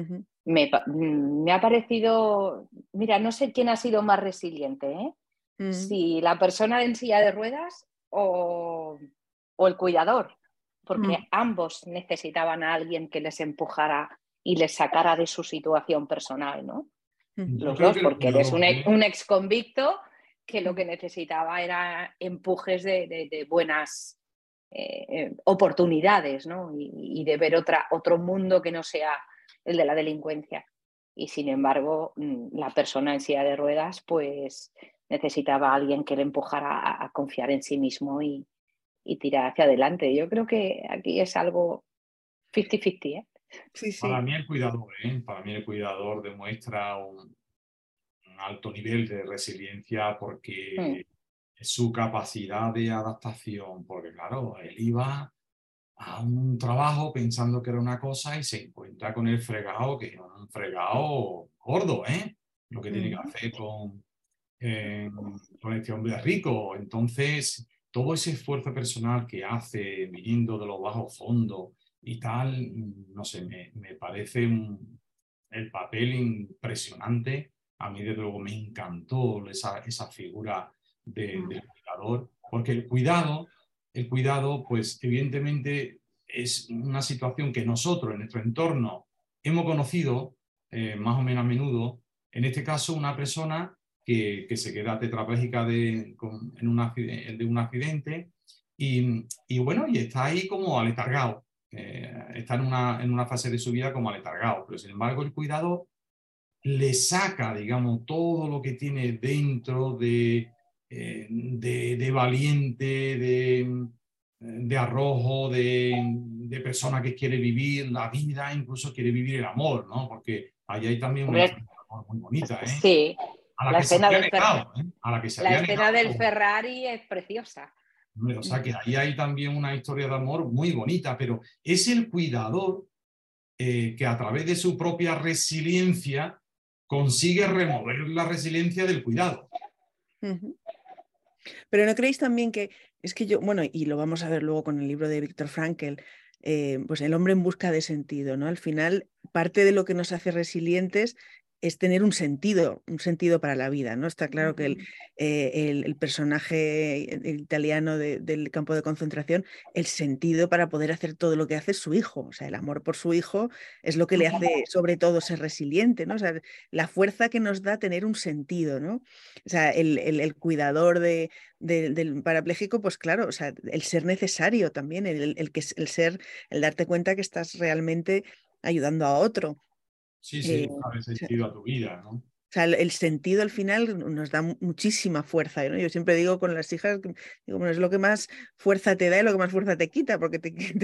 Me ha parecido, mira, no sé quién ha sido más resiliente, ¿eh? Si la persona en silla de ruedas o el cuidador, porque ambos necesitaban a alguien que les empujara y les sacara de su situación personal, ¿no? Yo Los creo dos, que el porque él es cuidador, un ex convicto que lo que necesitaba era empujes de buenas oportunidades, ¿no? Y de ver otro mundo que no sea el de la delincuencia. Y sin embargo, la persona en silla de ruedas pues necesitaba a alguien que le empujara a confiar en sí mismo y tirar hacia adelante. Yo creo que aquí es algo 50-50, ¿eh? Sí, para sí. mí el cuidador, para mí el cuidador demuestra un alto nivel de resiliencia porque es su capacidad de adaptación, porque claro, él iba a un trabajo pensando que era una cosa y se encuentra con el fregado, que es un fregado gordo, ¿eh? Lo que tiene que hacer con este hombre rico. Entonces, todo ese esfuerzo personal que hace viniendo de los bajos fondos y tal, no sé, me parece el papel impresionante. A mí, desde luego, me encantó esa figura del cuidador, porque el cuidado, pues evidentemente es una situación que nosotros en nuestro entorno hemos conocido más o menos a menudo. En este caso, una persona que se queda tetrapléjica de un accidente y bueno, y está ahí como aletargado. Está en una fase de su vida como aletargado, pero sin embargo el cuidado le saca, digamos, todo lo que tiene dentro de valiente, de arrojo, de persona que quiere vivir la vida, incluso quiere vivir el amor, ¿no? Porque ahí hay también una Hombre, historia de amor muy bonita, ¿eh? sí, A la la que se escena había del, negado, ¿eh? A la que se la había escena del negado. Ferrari es preciosa. O sea que ahí hay también una historia de amor muy bonita, pero es el cuidador que a través de su propia resiliencia consigue remover la resiliencia del cuidado. Pero ¿no creéis también que es que yo, bueno, y lo vamos a ver luego con el libro de Viktor Frankl, pues el hombre en busca de sentido, ¿no? Al final, parte de lo que nos hace resilientes es tener un sentido para la vida, ¿no? Está claro que el personaje italiano del campo de concentración, el sentido para poder hacer todo lo que hace es su hijo, o sea, el amor por su hijo es lo que le hace sobre todo ser resiliente, ¿no? O sea, la fuerza que nos da tener un sentido, ¿no? O sea, el cuidador del parapléjico, pues claro, o sea, el ser necesario también, el darte cuenta que estás realmente ayudando a otro. Sí, Eh, sí, darle sentido a tu vida, ¿no? o sea, el sentido al final nos da muchísima fuerza, ¿no? Yo siempre digo con las hijas, digo, bueno, es lo que más fuerza te da y lo que más fuerza te quita, porque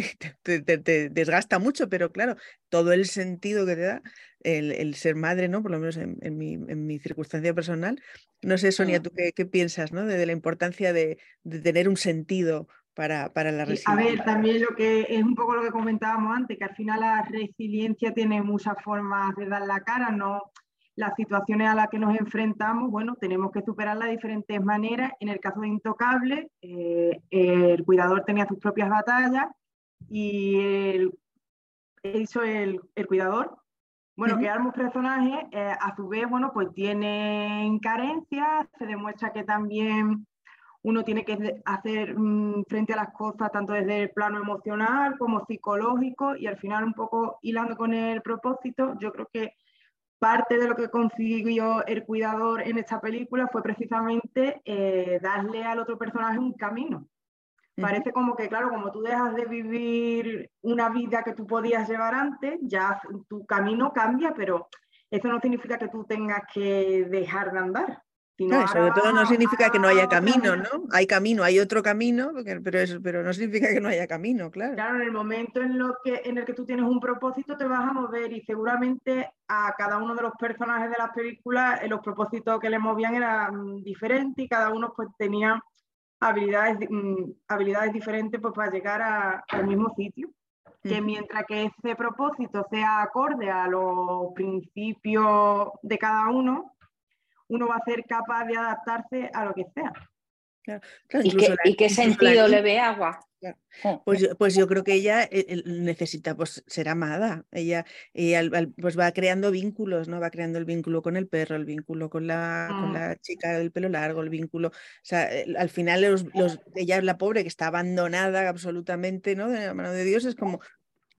te desgasta mucho, pero claro, todo el sentido que te da el ser madre, ¿no? Por lo menos en mi circunstancia personal. No sé, Sonia, ¿tú qué piensas, ¿no? De la importancia de tener un sentido para la Sí, a ver, resiliencia. también lo que es un poco lo que comentábamos antes, que al final la resiliencia tiene muchas formas de dar la cara, ¿no? Las situaciones a las que nos enfrentamos, bueno, tenemos que superarlas de diferentes maneras. En el caso de Intocable, el cuidador tenía sus propias batallas y hizo el cuidador. Bueno, que ambos personajes, a su vez, bueno, pues tienen carencias, se demuestra que también uno tiene que hacer frente a las cosas tanto desde el plano emocional como psicológico y al final un poco hilando con el propósito, yo creo que parte de lo que consiguió el cuidador en esta película fue precisamente darle al otro personaje un camino. Parece como que, claro, como tú dejas de vivir una vida que tú podías llevar antes, ya tu camino cambia, pero eso no significa que tú tengas que dejar de andar, sino Claro, y ahora sobre todo no significa que no haya otra camino, vez. ¿no? Hay camino, hay otro camino, pero no significa que no haya camino, claro. Claro, en el momento en el que tú tienes un propósito te vas a mover y seguramente a cada uno de los personajes de las películas los propósitos que le movían eran diferentes y cada uno pues tenía habilidades diferentes pues, para llegar al mismo sitio. Que mientras que ese propósito sea acorde a los principios de cada uno, uno va a ser capaz de adaptarse a lo que sea. Claro, ¿Y qué incluso la sentido niña, le ve Agua? claro. Pues yo creo que ella necesita pues, ser amada. Ella pues va creando vínculos, ¿no? Va creando el vínculo con el perro, el vínculo con la chica del pelo largo, el vínculo. O sea, al final ella, la pobre, que está abandonada absolutamente, ¿no? De la mano de Dios, es como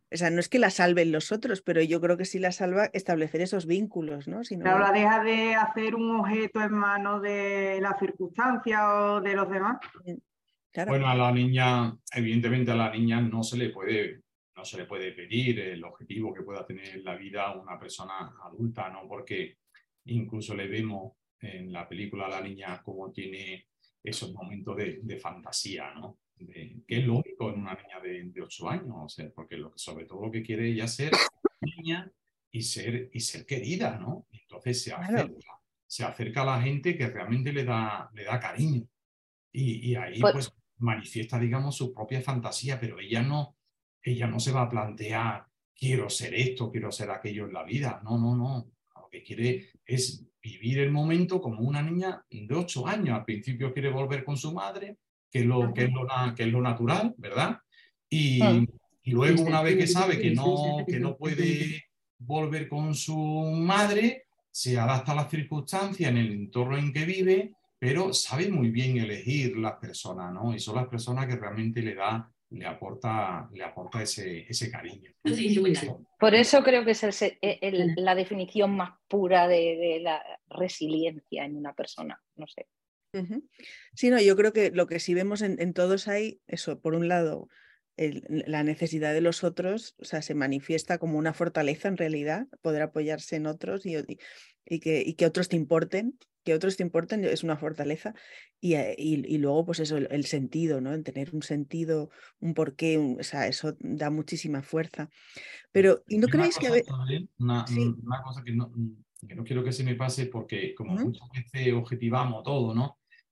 O sea, no es que la salven los otros, pero yo creo que sí la salva establecer esos vínculos, ¿no? Si no... Claro, la deja de hacer un objeto en manos de las circunstancias o de los demás. Claro. Bueno, a la niña, evidentemente a la niña no se le puede pedir el objetivo que pueda tener en la vida una persona adulta, ¿no? Porque incluso le vemos en la película a la niña cómo tiene esos momentos de fantasía, ¿no? Que es lógico en una niña de 8 años, o sea, porque sobre todo lo que quiere ella es ser niña y ser querida, ¿no? Entonces se acerca a la gente que realmente le da cariño. Y ahí pues manifiesta, digamos, su propia fantasía, pero ella no se va a plantear, quiero ser esto, quiero ser aquello en la vida. No, no, no. Lo que quiere es vivir el momento como una niña de 8 años. Al principio quiere volver con su madre, que es lo natural, ¿verdad? Y luego, una vez que sabe que no puede volver con su madre, se adapta a las circunstancias en el entorno en que vive, pero sabe muy bien elegir las personas, ¿no? Y son las personas que realmente le aporta ese cariño. Por eso creo que es la definición más pura de la resiliencia en una persona, no sé. Sí, no, yo creo que lo que sí vemos en todos hay, eso, por un lado, la necesidad de los otros, o sea, se manifiesta como una fortaleza en realidad, poder apoyarse en otros y que otros te importen, es una fortaleza, y luego pues eso, el sentido, ¿no? En tener un sentido, un porqué, o sea, eso da muchísima fuerza. Pero, ¿y no creéis que... Sí. Una cosa que no quiero que se me pase, porque como muchas veces objetivamos todo, ¿no?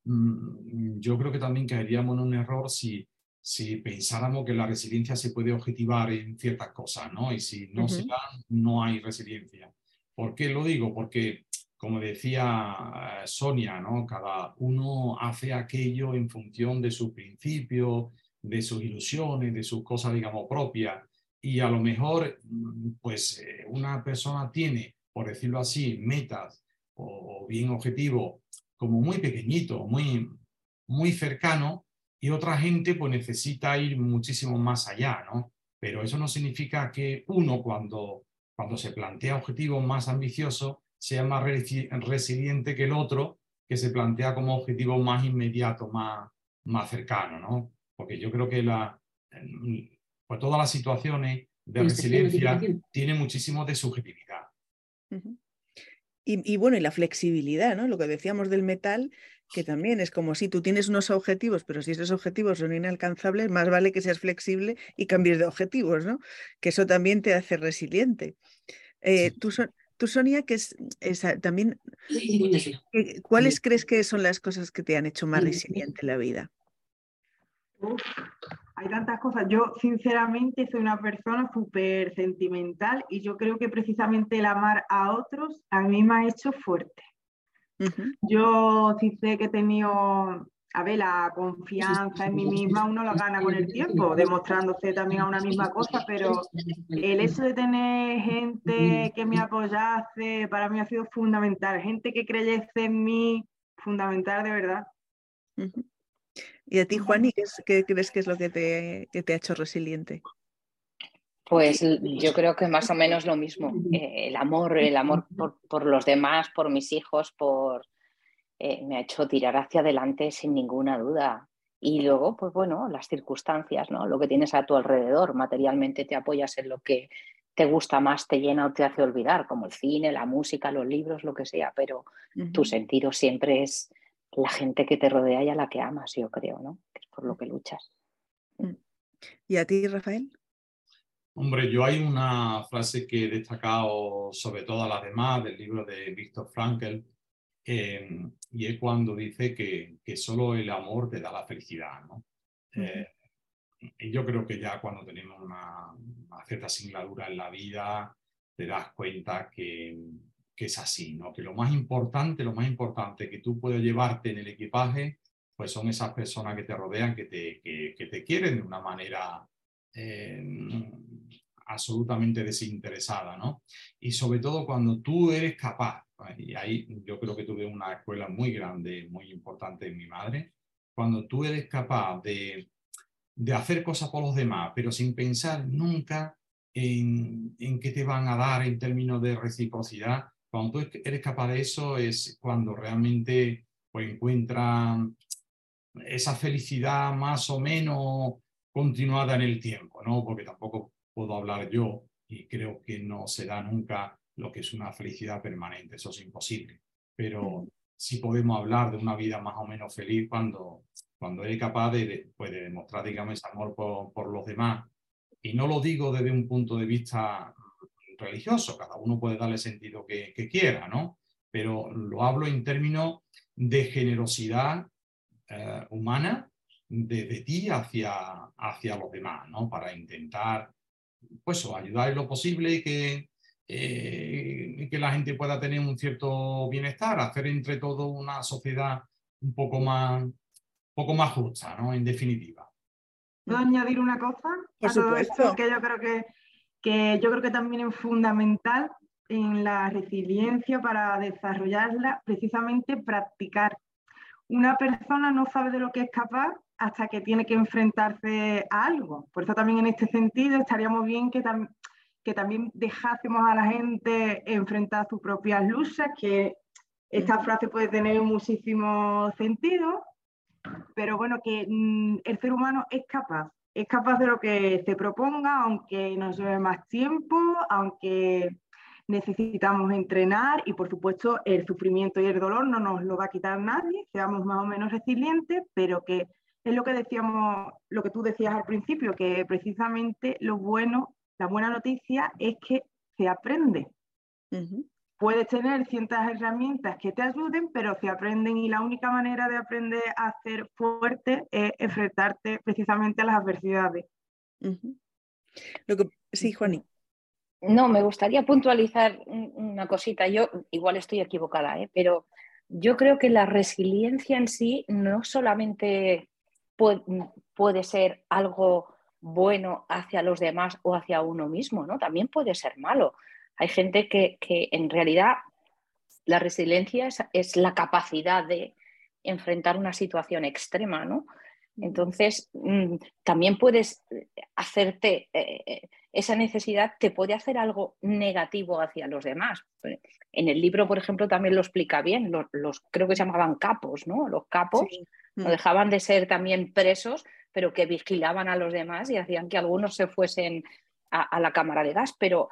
Yo creo que también caeríamos en un error si pensáramos que la resiliencia se puede objetivar en ciertas cosas, ¿no? Y si no se dan, no hay resiliencia. ¿Por qué lo digo? Porque, como decía Sonia, ¿no? Cada uno hace aquello en función de sus principios, de sus ilusiones, de sus cosas, digamos, propias. Y a lo mejor, pues, una persona tiene, por decirlo así, metas o bien objetivos como muy pequeñitos, muy cercanos, y otra gente pues necesita ir muchísimo más allá, ¿no? Pero eso no significa que uno, cuando se plantea objetivos más ambiciosos, sea más resiliente que el otro, que se plantea como objetivo más inmediato, más cercano, ¿no? Porque yo creo que pues todas las situaciones de resiliencia tienen muchísimo de subjetividad. Y bueno, y la flexibilidad, ¿no? Lo que decíamos del metal, que también es como si tú tienes unos objetivos, pero si esos objetivos son inalcanzables, más vale que seas flexible y cambies de objetivos, ¿no? Que eso también te hace resiliente. Tú, Sonia, que es también, ¿cuáles crees que son las cosas que te han hecho más resiliente en la vida? Hay tantas cosas. Yo, sinceramente, soy una persona súper sentimental y yo creo que precisamente el amar a otros a mí me ha hecho fuerte. Yo sí sé que he tenido, a ver, la confianza en mí misma uno la gana con el tiempo, demostrándose también a una misma cosa, pero el hecho de tener gente que me apoyase para mí ha sido fundamental, gente que creyese en mí, fundamental de verdad. ¿Y a ti, Juani, qué crees que es lo que te ha hecho resiliente? Pues yo creo que más o menos lo mismo. El amor por los demás, por mis hijos, me ha hecho tirar hacia adelante sin ninguna duda. Y luego, pues bueno, las circunstancias, ¿no? Lo que tienes a tu alrededor, materialmente te apoyas en lo que te gusta más, te llena o te hace olvidar, como el cine, la música, los libros, lo que sea, pero tu sentido siempre es la gente que te rodea y a la que amas, yo creo, ¿no? Que es por lo que luchas. ¿Y a ti, Rafael? Hombre, yo hay una frase que he destacado sobre todas las demás del libro de Viktor Frankl, y es cuando dice que solo el amor te da la felicidad, ¿no? Y yo creo que ya cuando tenemos una cierta singladura en la vida, te das cuenta que es así, ¿no? Que lo más importante que tú puedes llevarte en el equipaje, pues son esas personas que te rodean, que te quieren de una manera absolutamente desinteresada, ¿no? Y sobre todo cuando tú eres capaz, y ahí yo creo que tuve una escuela muy grande, muy importante en mi madre, cuando tú eres capaz de hacer cosas por los demás, pero sin pensar nunca en qué te van a dar en términos de reciprocidad. Cuando tú eres capaz de eso es cuando realmente pues, encuentras esa felicidad más o menos continuada en el tiempo, ¿no? Porque tampoco puedo hablar yo y creo que no se da nunca lo que es una felicidad permanente, eso es imposible. Pero sí podemos hablar de una vida más o menos feliz cuando eres capaz pues, de demostrar, digamos, ese amor por los demás. Y no lo digo desde un punto de vista religioso, cada uno puede darle sentido que quiera, ¿no? Pero lo hablo en términos de generosidad humana de ti hacia los demás, ¿no? Para intentar pues, ayudar en lo posible y que la gente pueda tener un cierto bienestar, hacer entre todos una sociedad un poco más justa, ¿no? En definitiva. ¿Puedo añadir una cosa Por a todo supuesto. esto? Que yo creo que también es fundamental en la resiliencia para desarrollarla, precisamente practicar. Una persona no sabe de lo que es capaz hasta que tiene que enfrentarse a algo. Por eso también en este sentido estaríamos bien que también dejásemos a la gente enfrentar sus propias luchas, que esta frase puede tener muchísimo sentido, pero bueno, que el ser humano es capaz de lo que se proponga, aunque nos lleve más tiempo, aunque necesitamos entrenar y por supuesto el sufrimiento y el dolor no nos lo va a quitar nadie, seamos más o menos resilientes, pero que es lo que decíamos, lo que tú decías al principio, que precisamente la buena noticia es que se aprende. Puedes tener ciertas herramientas que te ayuden, pero se aprenden y la única manera de aprender a ser fuerte es enfrentarte precisamente a las adversidades. Sí, Juani. No, me gustaría puntualizar una cosita. Yo igual estoy equivocada, pero yo creo que la resiliencia en sí no solamente puede ser algo bueno hacia los demás o hacia uno mismo, ¿no? También puede ser malo. Hay gente que en realidad la resiliencia es la capacidad de enfrentar una situación extrema, ¿no? Entonces, también puedes hacerte, esa necesidad te puede hacer algo negativo hacia los demás. En el libro, por ejemplo, también lo explica bien, creo que se llamaban capos, ¿no? Los capos Sí. no dejaban de ser también presos, pero que vigilaban a los demás y hacían que algunos se fuesen a la cámara de gas, pero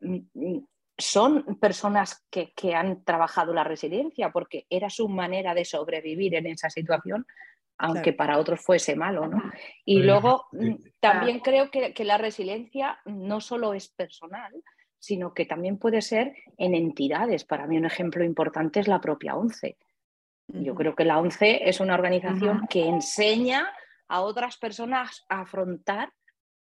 son personas que han trabajado la resiliencia porque era su manera de sobrevivir en esa situación, aunque para otros fuese malo, ¿no? Y luego también creo que la resiliencia no solo es personal, sino que también puede ser en entidades. Para mí un ejemplo importante es la propia ONCE. Yo creo que la ONCE es una organización que enseña a otras personas a afrontar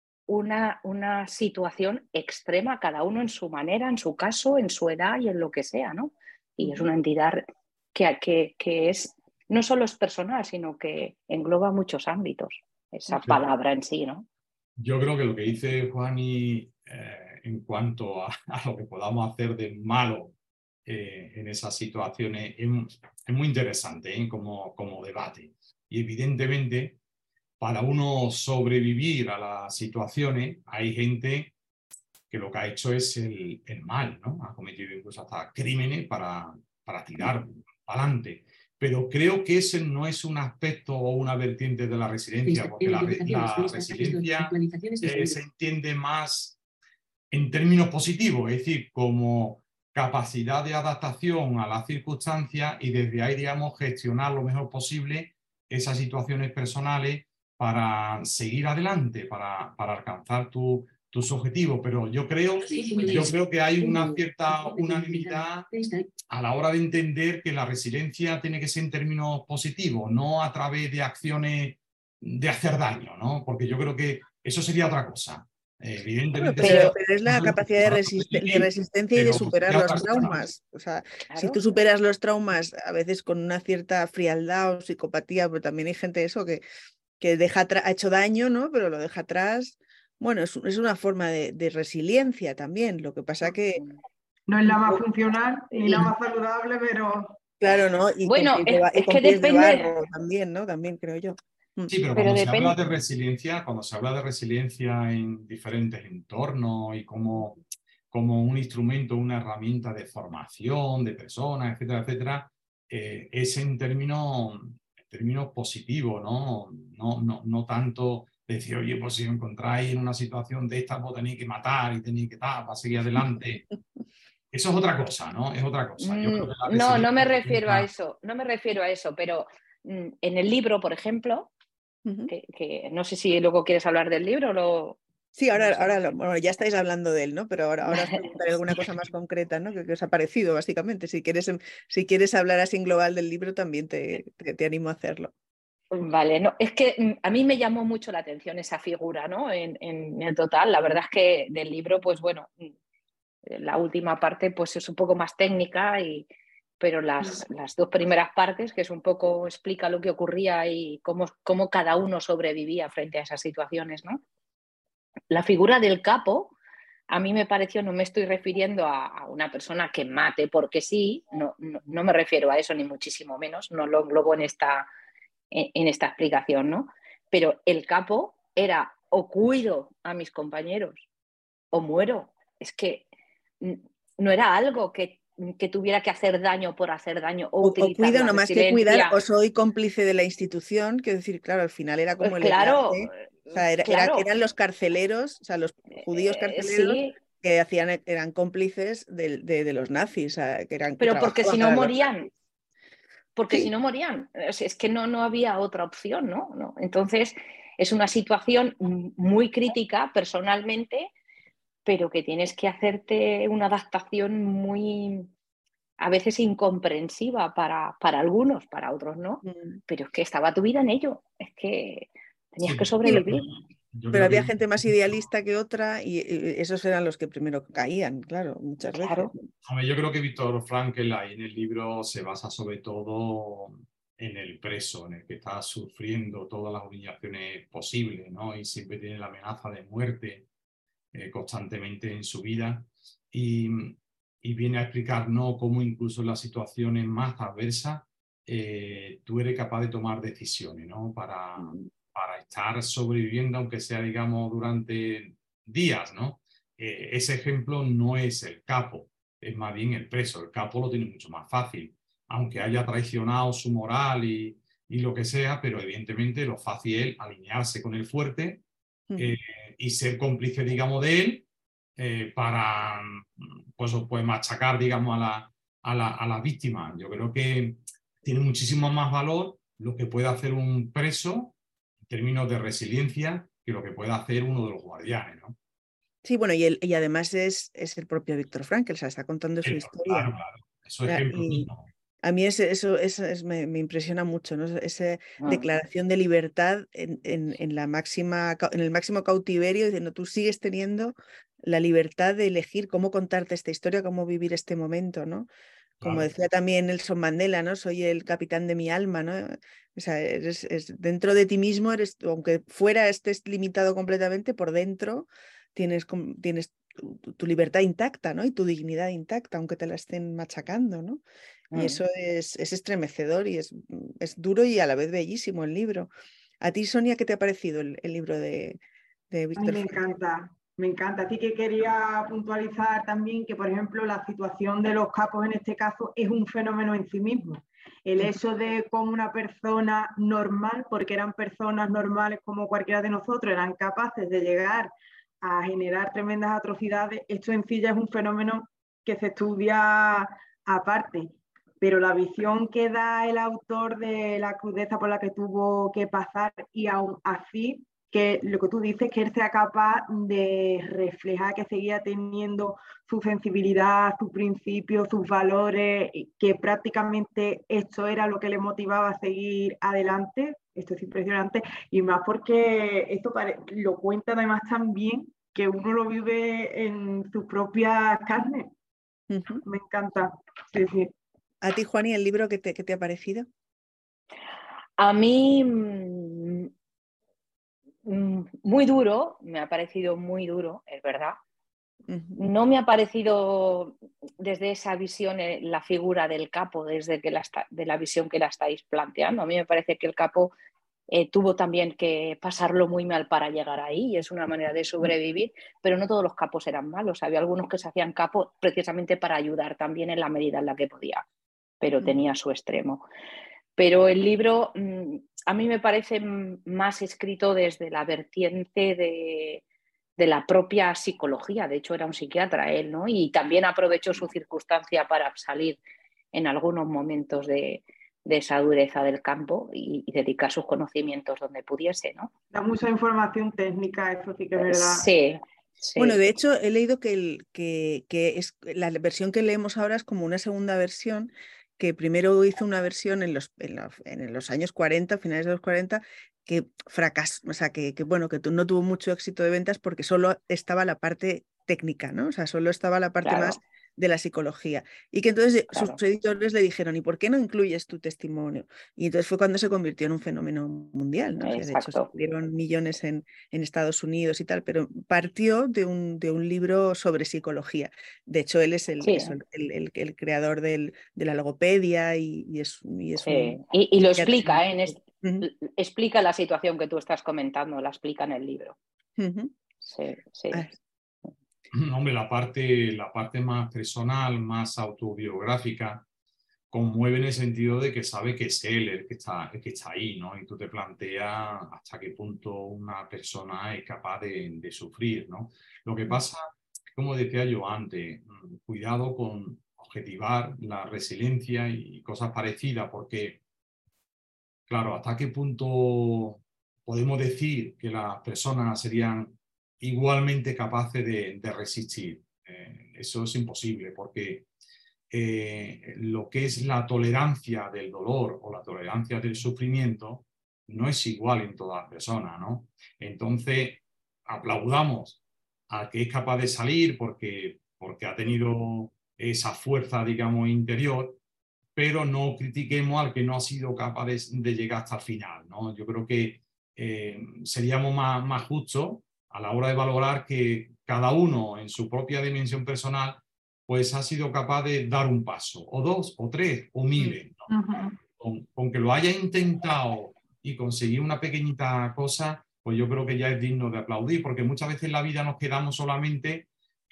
una situación extrema, cada uno en su manera, en su caso, en su edad y en lo que sea, ¿no? Y es una entidad que es, no solo es personal, sino que engloba muchos ámbitos, esa palabra en sí, ¿no? Yo creo que lo que dice Juani en cuanto a lo que podamos hacer de malo en esas situaciones es muy interesante como debate. Y evidentemente, para uno sobrevivir a las situaciones, hay gente que lo que ha hecho es el mal, ¿no? Ha cometido incluso hasta crímenes para tirar para adelante. Pero creo que ese no es un aspecto o una vertiente de la resiliencia, porque la resiliencia se entiende más en términos positivos, es decir, como capacidad de adaptación a las circunstancias y desde ahí, digamos, gestionar lo mejor posible esas situaciones personales para seguir adelante, para alcanzar tus objetivos. Pero yo creo que hay una cierta unanimidad a la hora de entender que la resiliencia tiene que ser en términos positivos, no a través de acciones de hacer daño, ¿no? Porque yo creo que eso sería otra cosa. Evidentemente, pero es la capacidad de resistencia y de superar los traumas. O sea, claro. Si tú superas los traumas a veces con una cierta frialdad o psicopatía, pero también hay gente eso que ha hecho daño, ¿no? Pero lo deja atrás. Bueno, es una forma de resiliencia también. Lo que pasa que no es la más funcional ni la más saludable, pero claro, ¿no? Y bueno, con pies de barro también, ¿no? También creo yo. Sí, pero Pero cuando se depende. habla de resiliencia, cuando se habla de resiliencia en diferentes entornos y como un instrumento, una herramienta de formación de personas, etcétera, etcétera, es en términos positivos, ¿no? No tanto decir, oye, pues si os encontráis en una situación de esta, pues tenéis que matar y tenéis que tal, para seguir adelante. Eso es otra cosa, ¿no? Es otra cosa. Yo creo que la No, no me resiliencia refiero a implica- eso, no me refiero a eso, pero en el libro, por ejemplo, Ujú. que no sé si luego quieres hablar del libro, Sí, no sé. bueno, ya estáis hablando de él, ¿no? Pero ahora os preguntaré alguna cosa más concreta, ¿no? ¿Qué os ha parecido, básicamente? Si quieres hablar así en global del libro, también te animo a hacerlo. Vale, no, es que a mí me llamó mucho la atención esa figura, ¿no? En el total, la verdad es que del libro, pues bueno, la última parte pues es un poco más técnica, pero las dos primeras partes, que es un poco explica lo que ocurría y cómo cada uno sobrevivía frente a esas situaciones, ¿no? La figura del capo, a mí me pareció, no me estoy refiriendo a una persona que mate porque sí, no me refiero a eso ni muchísimo menos, no lo englobo en esta explicación, ¿no? Pero el capo era o cuido a mis compañeros o muero. Es que no era algo que tuviera que hacer daño por hacer daño o O utilizar cuido, la no más que cuidar, resiliencia. o soy cómplice de la institución, quiero decir, claro, al final era como el Claro, enlace, o sea, claro, eran los carceleros, o sea, los judíos carceleros sí, que eran cómplices de los nazis, o sea, que pero porque si trabajaban no para los morían, nazis. porque si Sí, no morían, es que no había otra opción, ¿no? Entonces, es una situación muy crítica personalmente, pero que tienes que hacerte una adaptación muy, a veces incomprensiva para algunos, para otros no, mm, pero es que estaba tu vida en ello, es que tenías Sí, que sí, sobrevivir. yo pero creo había que gente más idealista que otra y esos eran los que primero caían, claro, muchas veces. Claro, A ver, yo creo que Víctor Frankl ahí en el libro se basa sobre todo en el preso, en el que está sufriendo todas las humillaciones posibles, ¿no? Y siempre tiene la amenaza de muerte constantemente en su vida. Y, y viene a explicar, ¿no?, cómo incluso en las situaciones más adversas tú eres capaz de tomar decisiones, ¿no? Para estar sobreviviendo, aunque sea, digamos, durante días, ¿no? Ese ejemplo no es el capo, es más bien el preso. El capo lo tiene mucho más fácil, aunque haya traicionado su moral y lo que sea, pero evidentemente lo fácil es alinearse con el fuerte y ser cómplice, digamos, de él para pues machacar, digamos, a la víctima. Yo creo que tiene muchísimo más valor lo que puede hacer un preso en términos de resiliencia que lo que puede hacer uno de los guardianes, ¿no? Sí, bueno, y además es el propio Víctor Frankl, o sea, está contando su historia. Claro, claro. Eso es ejemplo Y mismo. a mí me impresiona mucho, ¿no? Esa mm, declaración de libertad en el máximo cautiverio, diciendo tú sigues teniendo la libertad de elegir cómo contarte esta historia, cómo vivir este momento, ¿no? Como Claro. decía también Nelson Mandela, ¿no? Soy el capitán de mi alma, ¿no? O sea, dentro de ti mismo, aunque fuera estés limitado completamente, por dentro tienes tu libertad intacta, ¿no? Y tu dignidad intacta, aunque te la estén machacando, ¿no? Y mm. eso es estremecedor y es duro y a la vez bellísimo el libro. ¿A ti, Sonia, qué te ha parecido el libro de A mí Víctor me Frankl? encanta, me encanta. Así que quería puntualizar también que, por ejemplo, la situación de los capos en este caso es un fenómeno en sí mismo. El hecho de cómo una persona normal, porque eran personas normales como cualquiera de nosotros, eran capaces de llegar a generar tremendas atrocidades, esto en sí ya es un fenómeno que se estudia aparte. Pero la visión que da el autor de la crudeza por la que tuvo que pasar y aún así que lo que tú dices, que él sea capaz de reflejar que seguía teniendo su sensibilidad, sus principios, sus valores, que prácticamente esto era lo que le motivaba a seguir adelante. Esto es impresionante y más porque esto lo cuenta además tan bien que uno lo vive en sus propias carnes. Ujú. Me encanta. Sí, sí. ¿A ti, Juan, y el libro qué te ha parecido? A mí muy duro, me ha parecido muy duro, es verdad. Ujú. No me ha parecido desde esa visión la figura del capo, desde de la visión que la estáis planteando. A mí me parece que el capo tuvo también que pasarlo muy mal para llegar ahí y es una manera de sobrevivir, pero no todos los capos eran malos. Había algunos que se hacían capos precisamente para ayudar también en la medida en la que podía, pero tenía su extremo. Pero el libro a mí me parece más escrito desde la vertiente de la propia psicología. De hecho, era un psiquiatra él, ¿no? Y también aprovechó su circunstancia para salir en algunos momentos de esa dureza del campo y dedicar sus conocimientos donde pudiese, ¿no? Da mucha información técnica, eso sí que es verdad. Sí. Sí. Bueno, de hecho, he leído que es, la versión que leemos ahora es como una segunda versión, que primero hizo una versión en los años 40, finales de los 40, que fracasó, o sea, bueno, que no tuvo mucho éxito de ventas porque solo estaba la parte técnica, ¿no? O sea, solo estaba la parte más de la psicología. Y que entonces sus editores le dijeron, ¿y por qué no incluyes tu testimonio? Y entonces fue cuando se convirtió en un fenómeno mundial, ¿no? O sea, de hecho, se dieron millones en Estados Unidos y tal, pero partió de un libro sobre psicología. De hecho, él es el creador de la logopedia y es y lo explica, explica la situación que tú estás comentando, la explica en el libro. Sí. Hombre, la parte más personal, más autobiográfica, conmueve en el sentido de que sabe que es él el que está ahí, ¿no? Y tú te planteas hasta qué punto una persona es capaz de sufrir, ¿no? Lo que pasa, como decía yo antes, cuidado con objetivar la resiliencia y cosas parecidas, porque, claro, hasta qué punto podemos decir que las personas serían igualmente capaces de resistir. Eso es imposible, porque lo que es la tolerancia del dolor o la tolerancia del sufrimiento no es igual en todas las personas, ¿no? Entonces, aplaudamos a que es capaz de salir porque ha tenido esa fuerza, digamos, interior, pero no critiquemos al que no ha sido capaz de llegar hasta el final, ¿no? Yo creo que seríamos más justos a la hora de valorar que cada uno en su propia dimensión personal pues ha sido capaz de dar un paso, o dos, o tres, o miles, ¿no? Con que lo haya intentado y conseguir una pequeñita cosa, pues yo creo que ya es digno de aplaudir, porque muchas veces en la vida nos quedamos solamente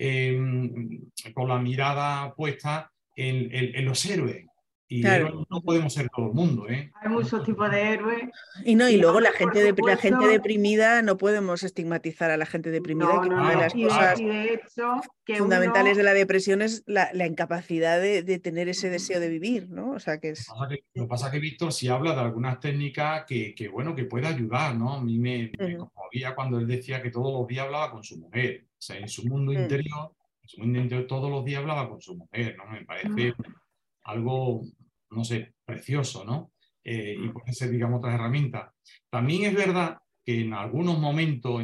con la mirada puesta en los héroes. Y héroes no podemos ser todo el mundo, ¿eh? Hay muchos tipos de héroes. Y luego la gente deprimida, no podemos estigmatizar a la gente deprimida, que una de las cosas fundamentales de la depresión es la incapacidad de tener ese deseo de vivir, ¿no? O sea, que es... Lo que pasa es que Víctor sí habla de algunas técnicas que puede ayudar, ¿no? A mí me conmovía cuando él decía que todos los días hablaba con su mujer. O sea, en su mundo interior, todos los días hablaba con su mujer, ¿no? Me parece algo, no sé, precioso, ¿no? Y puede ser, digamos, otras herramientas. También es verdad que en algunos momentos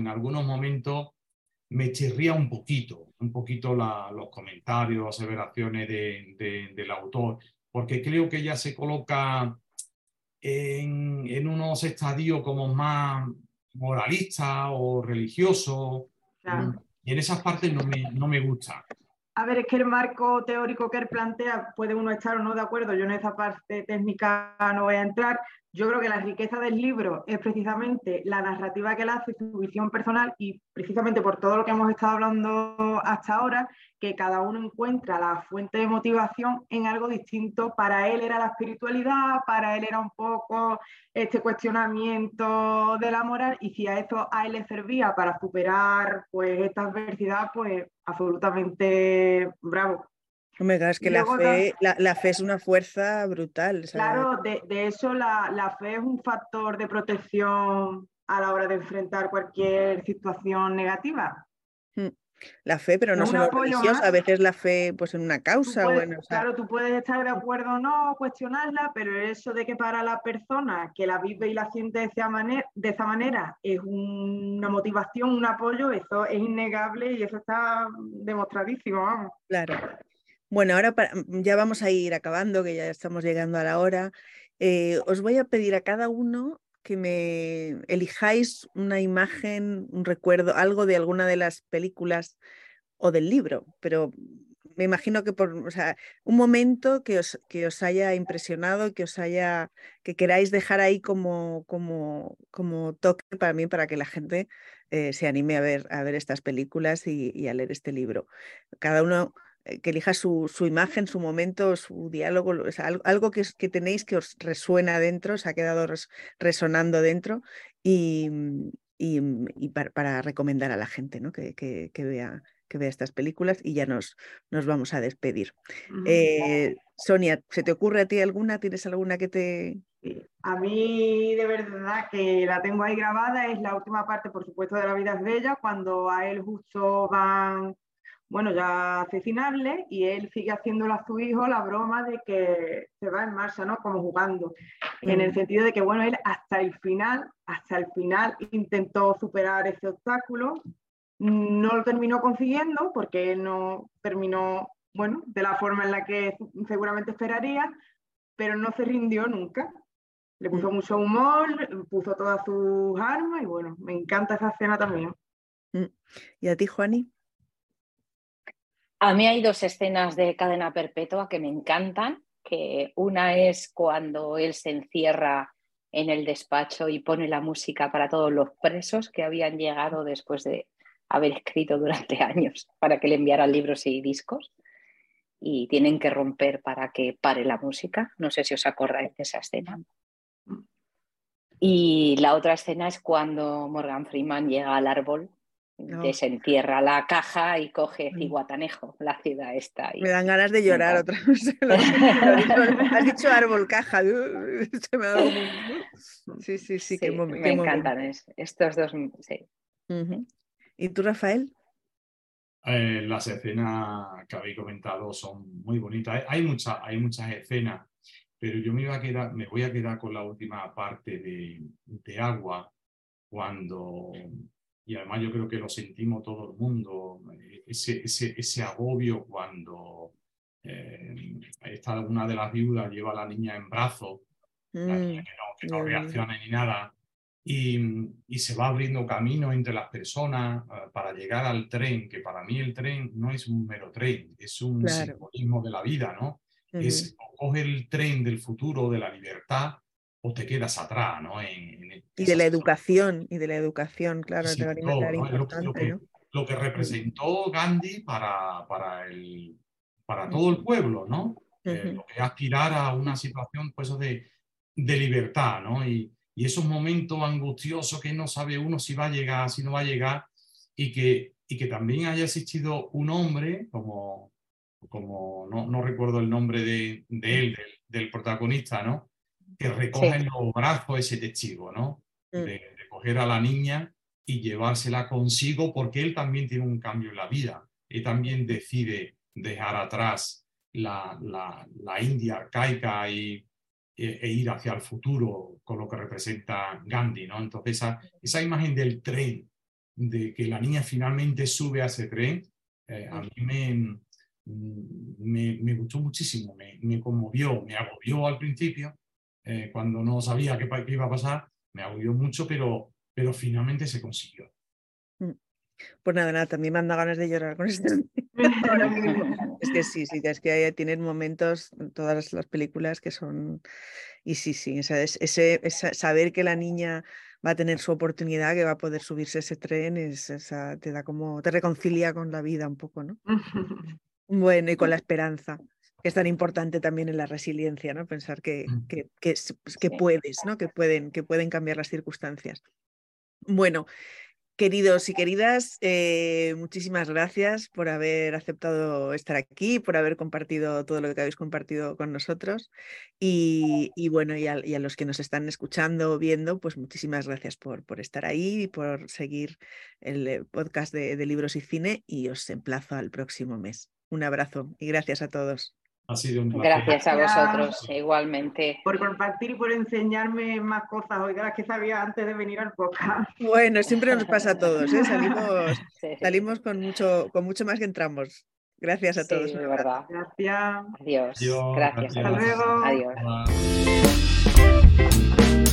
me chirría un poquito los comentarios, las aseveraciones del autor, porque creo que ella se coloca en unos estadios como más moralistas o religiosos, y en esas partes no me gusta. A ver, es que el marco teórico que él plantea, puede uno estar o no de acuerdo, yo en esa parte técnica no voy a entrar. Yo creo que la riqueza del libro es precisamente la narrativa que él hace, su visión personal, y precisamente por todo lo que hemos estado hablando hasta ahora, que cada uno encuentra la fuente de motivación en algo distinto. Para él era la espiritualidad, para él era un poco este cuestionamiento de la moral, y si a eso a él le servía para superar pues esta adversidad, pues absolutamente bravo. Omega, es que la fe es una fuerza brutal. ¿Sabes? Claro, de hecho la fe es un factor de protección a la hora de enfrentar cualquier situación negativa. La fe, pero no solo religiosa, a veces la fe pues en una causa. Claro, tú puedes estar de acuerdo o no, cuestionarla, pero eso de que para la persona que la vive y la siente de esa manera es una motivación, un apoyo, eso es innegable y eso está demostradísimo, vamos. Claro. Bueno, ahora ya vamos a ir acabando, que ya estamos llegando a la hora. Os voy a pedir a cada uno que me elijáis una imagen, un recuerdo, algo de alguna de las películas o del libro, pero me imagino que un momento que os haya impresionado, que queráis dejar ahí como toque para mí, para que la gente se anime a ver estas películas y a leer este libro. Cada uno que elija su imagen, su momento, su diálogo, algo que tenéis que os resuena dentro, os ha quedado resonando dentro y para recomendar a la gente, ¿no? que vea estas películas, y ya nos vamos a despedir. Sonia, ¿se te ocurre a ti alguna? ¿Tienes alguna que te...? A mí de verdad que la tengo ahí grabada, es la última parte, por supuesto, de La vida es bella, cuando a él justo van, bueno, ya a asesinarle, y él sigue haciéndole a su hijo la broma de que se va en marcha, ¿no? Como jugando, en el sentido de que, bueno, él hasta el final intentó superar ese obstáculo, no lo terminó consiguiendo porque él no terminó, bueno, de la forma en la que seguramente esperaría, pero no se rindió nunca. Le puso mucho humor, puso todas sus armas y bueno, me encanta esa escena también. ¿Y a ti, Juani? A mí hay dos escenas de Cadena Perpetua que me encantan, que una es cuando él se encierra en el despacho y pone la música para todos los presos que habían llegado después de haber escrito durante años para que le enviaran libros y discos, y tienen que romper para que pare la música. No sé si os acordáis de esa escena. Y la otra escena es cuando Morgan Freeman llega al árbol, desentierra la caja y coge Zihuatanejo, la ciudad esta. Y me dan ganas de llorar otra vez. Has dicho árbol, caja. Se me ha dado como... Sí, qué momento. Me encantan estos dos. Sí. ¿Y tú, Rafael? Las escenas que habéis comentado son muy bonitas. Hay muchas escenas, pero yo me voy a quedar con la última parte de Agua, cuando, y además yo creo que lo sentimos todo el mundo, ese agobio cuando una de las viudas lleva a la niña en brazos, la niña que no reacciona ni nada, y se va abriendo camino entre las personas para llegar al tren, que para mí el tren no es un mero tren, es un simbolismo de la vida, ¿no? Es o coge el tren del futuro, de la libertad, o te quedas atrás, ¿no? Y de la educación, claro, sí, es todo, ¿no? importante, ¿no? Lo que representó Gandhi para todo el pueblo, ¿no? Lo que es aspirar a una situación pues, de libertad, ¿no? Y esos momentos angustiosos que no sabe uno si va a llegar, si no va a llegar, y que también haya existido un hombre, como no recuerdo el nombre de él, del protagonista, ¿no? Que recoge en los brazos ese testigo, ¿no? De coger a la niña y llevársela consigo, porque él también tiene un cambio en la vida. Él también decide dejar atrás la India arcaica e ir hacia el futuro con lo que representa Gandhi, ¿no? Entonces esa imagen del tren, de que la niña finalmente sube a ese tren, a mí me gustó muchísimo, me conmovió, me agobió al principio, cuando no sabía qué iba a pasar, me agobió mucho, pero finalmente se consiguió. Pues nada, también me han dado ganas de llorar con esto. Es que sí, es que tienen momentos en todas las películas que son... Y sí, saber que la niña va a tener su oportunidad, que va a poder subirse a ese tren, te reconcilia con la vida un poco, ¿no? Bueno, y con la esperanza, que es tan importante también en la resiliencia, ¿no? Pensar que puedes, ¿no? Que pueden cambiar las circunstancias. Bueno, queridos y queridas, muchísimas gracias por haber aceptado estar aquí, por haber compartido todo lo que habéis compartido con nosotros. Y bueno, y a los que nos están escuchando o viendo, pues muchísimas gracias por estar ahí y por seguir el podcast de Libros y Cine, y os emplazo al próximo mes. Un abrazo y gracias a todos. Ha sido un placer. Gracias a vosotros, igualmente. Por compartir y por enseñarme más cosas hoy de las que sabía antes de venir al podcast. Bueno, siempre nos pasa a todos, ¿eh? Salimos con mucho más que entramos. Gracias a todos. Sí, es verdad. Gracias. Adiós. Gracias. Hasta luego. Adiós. Adiós.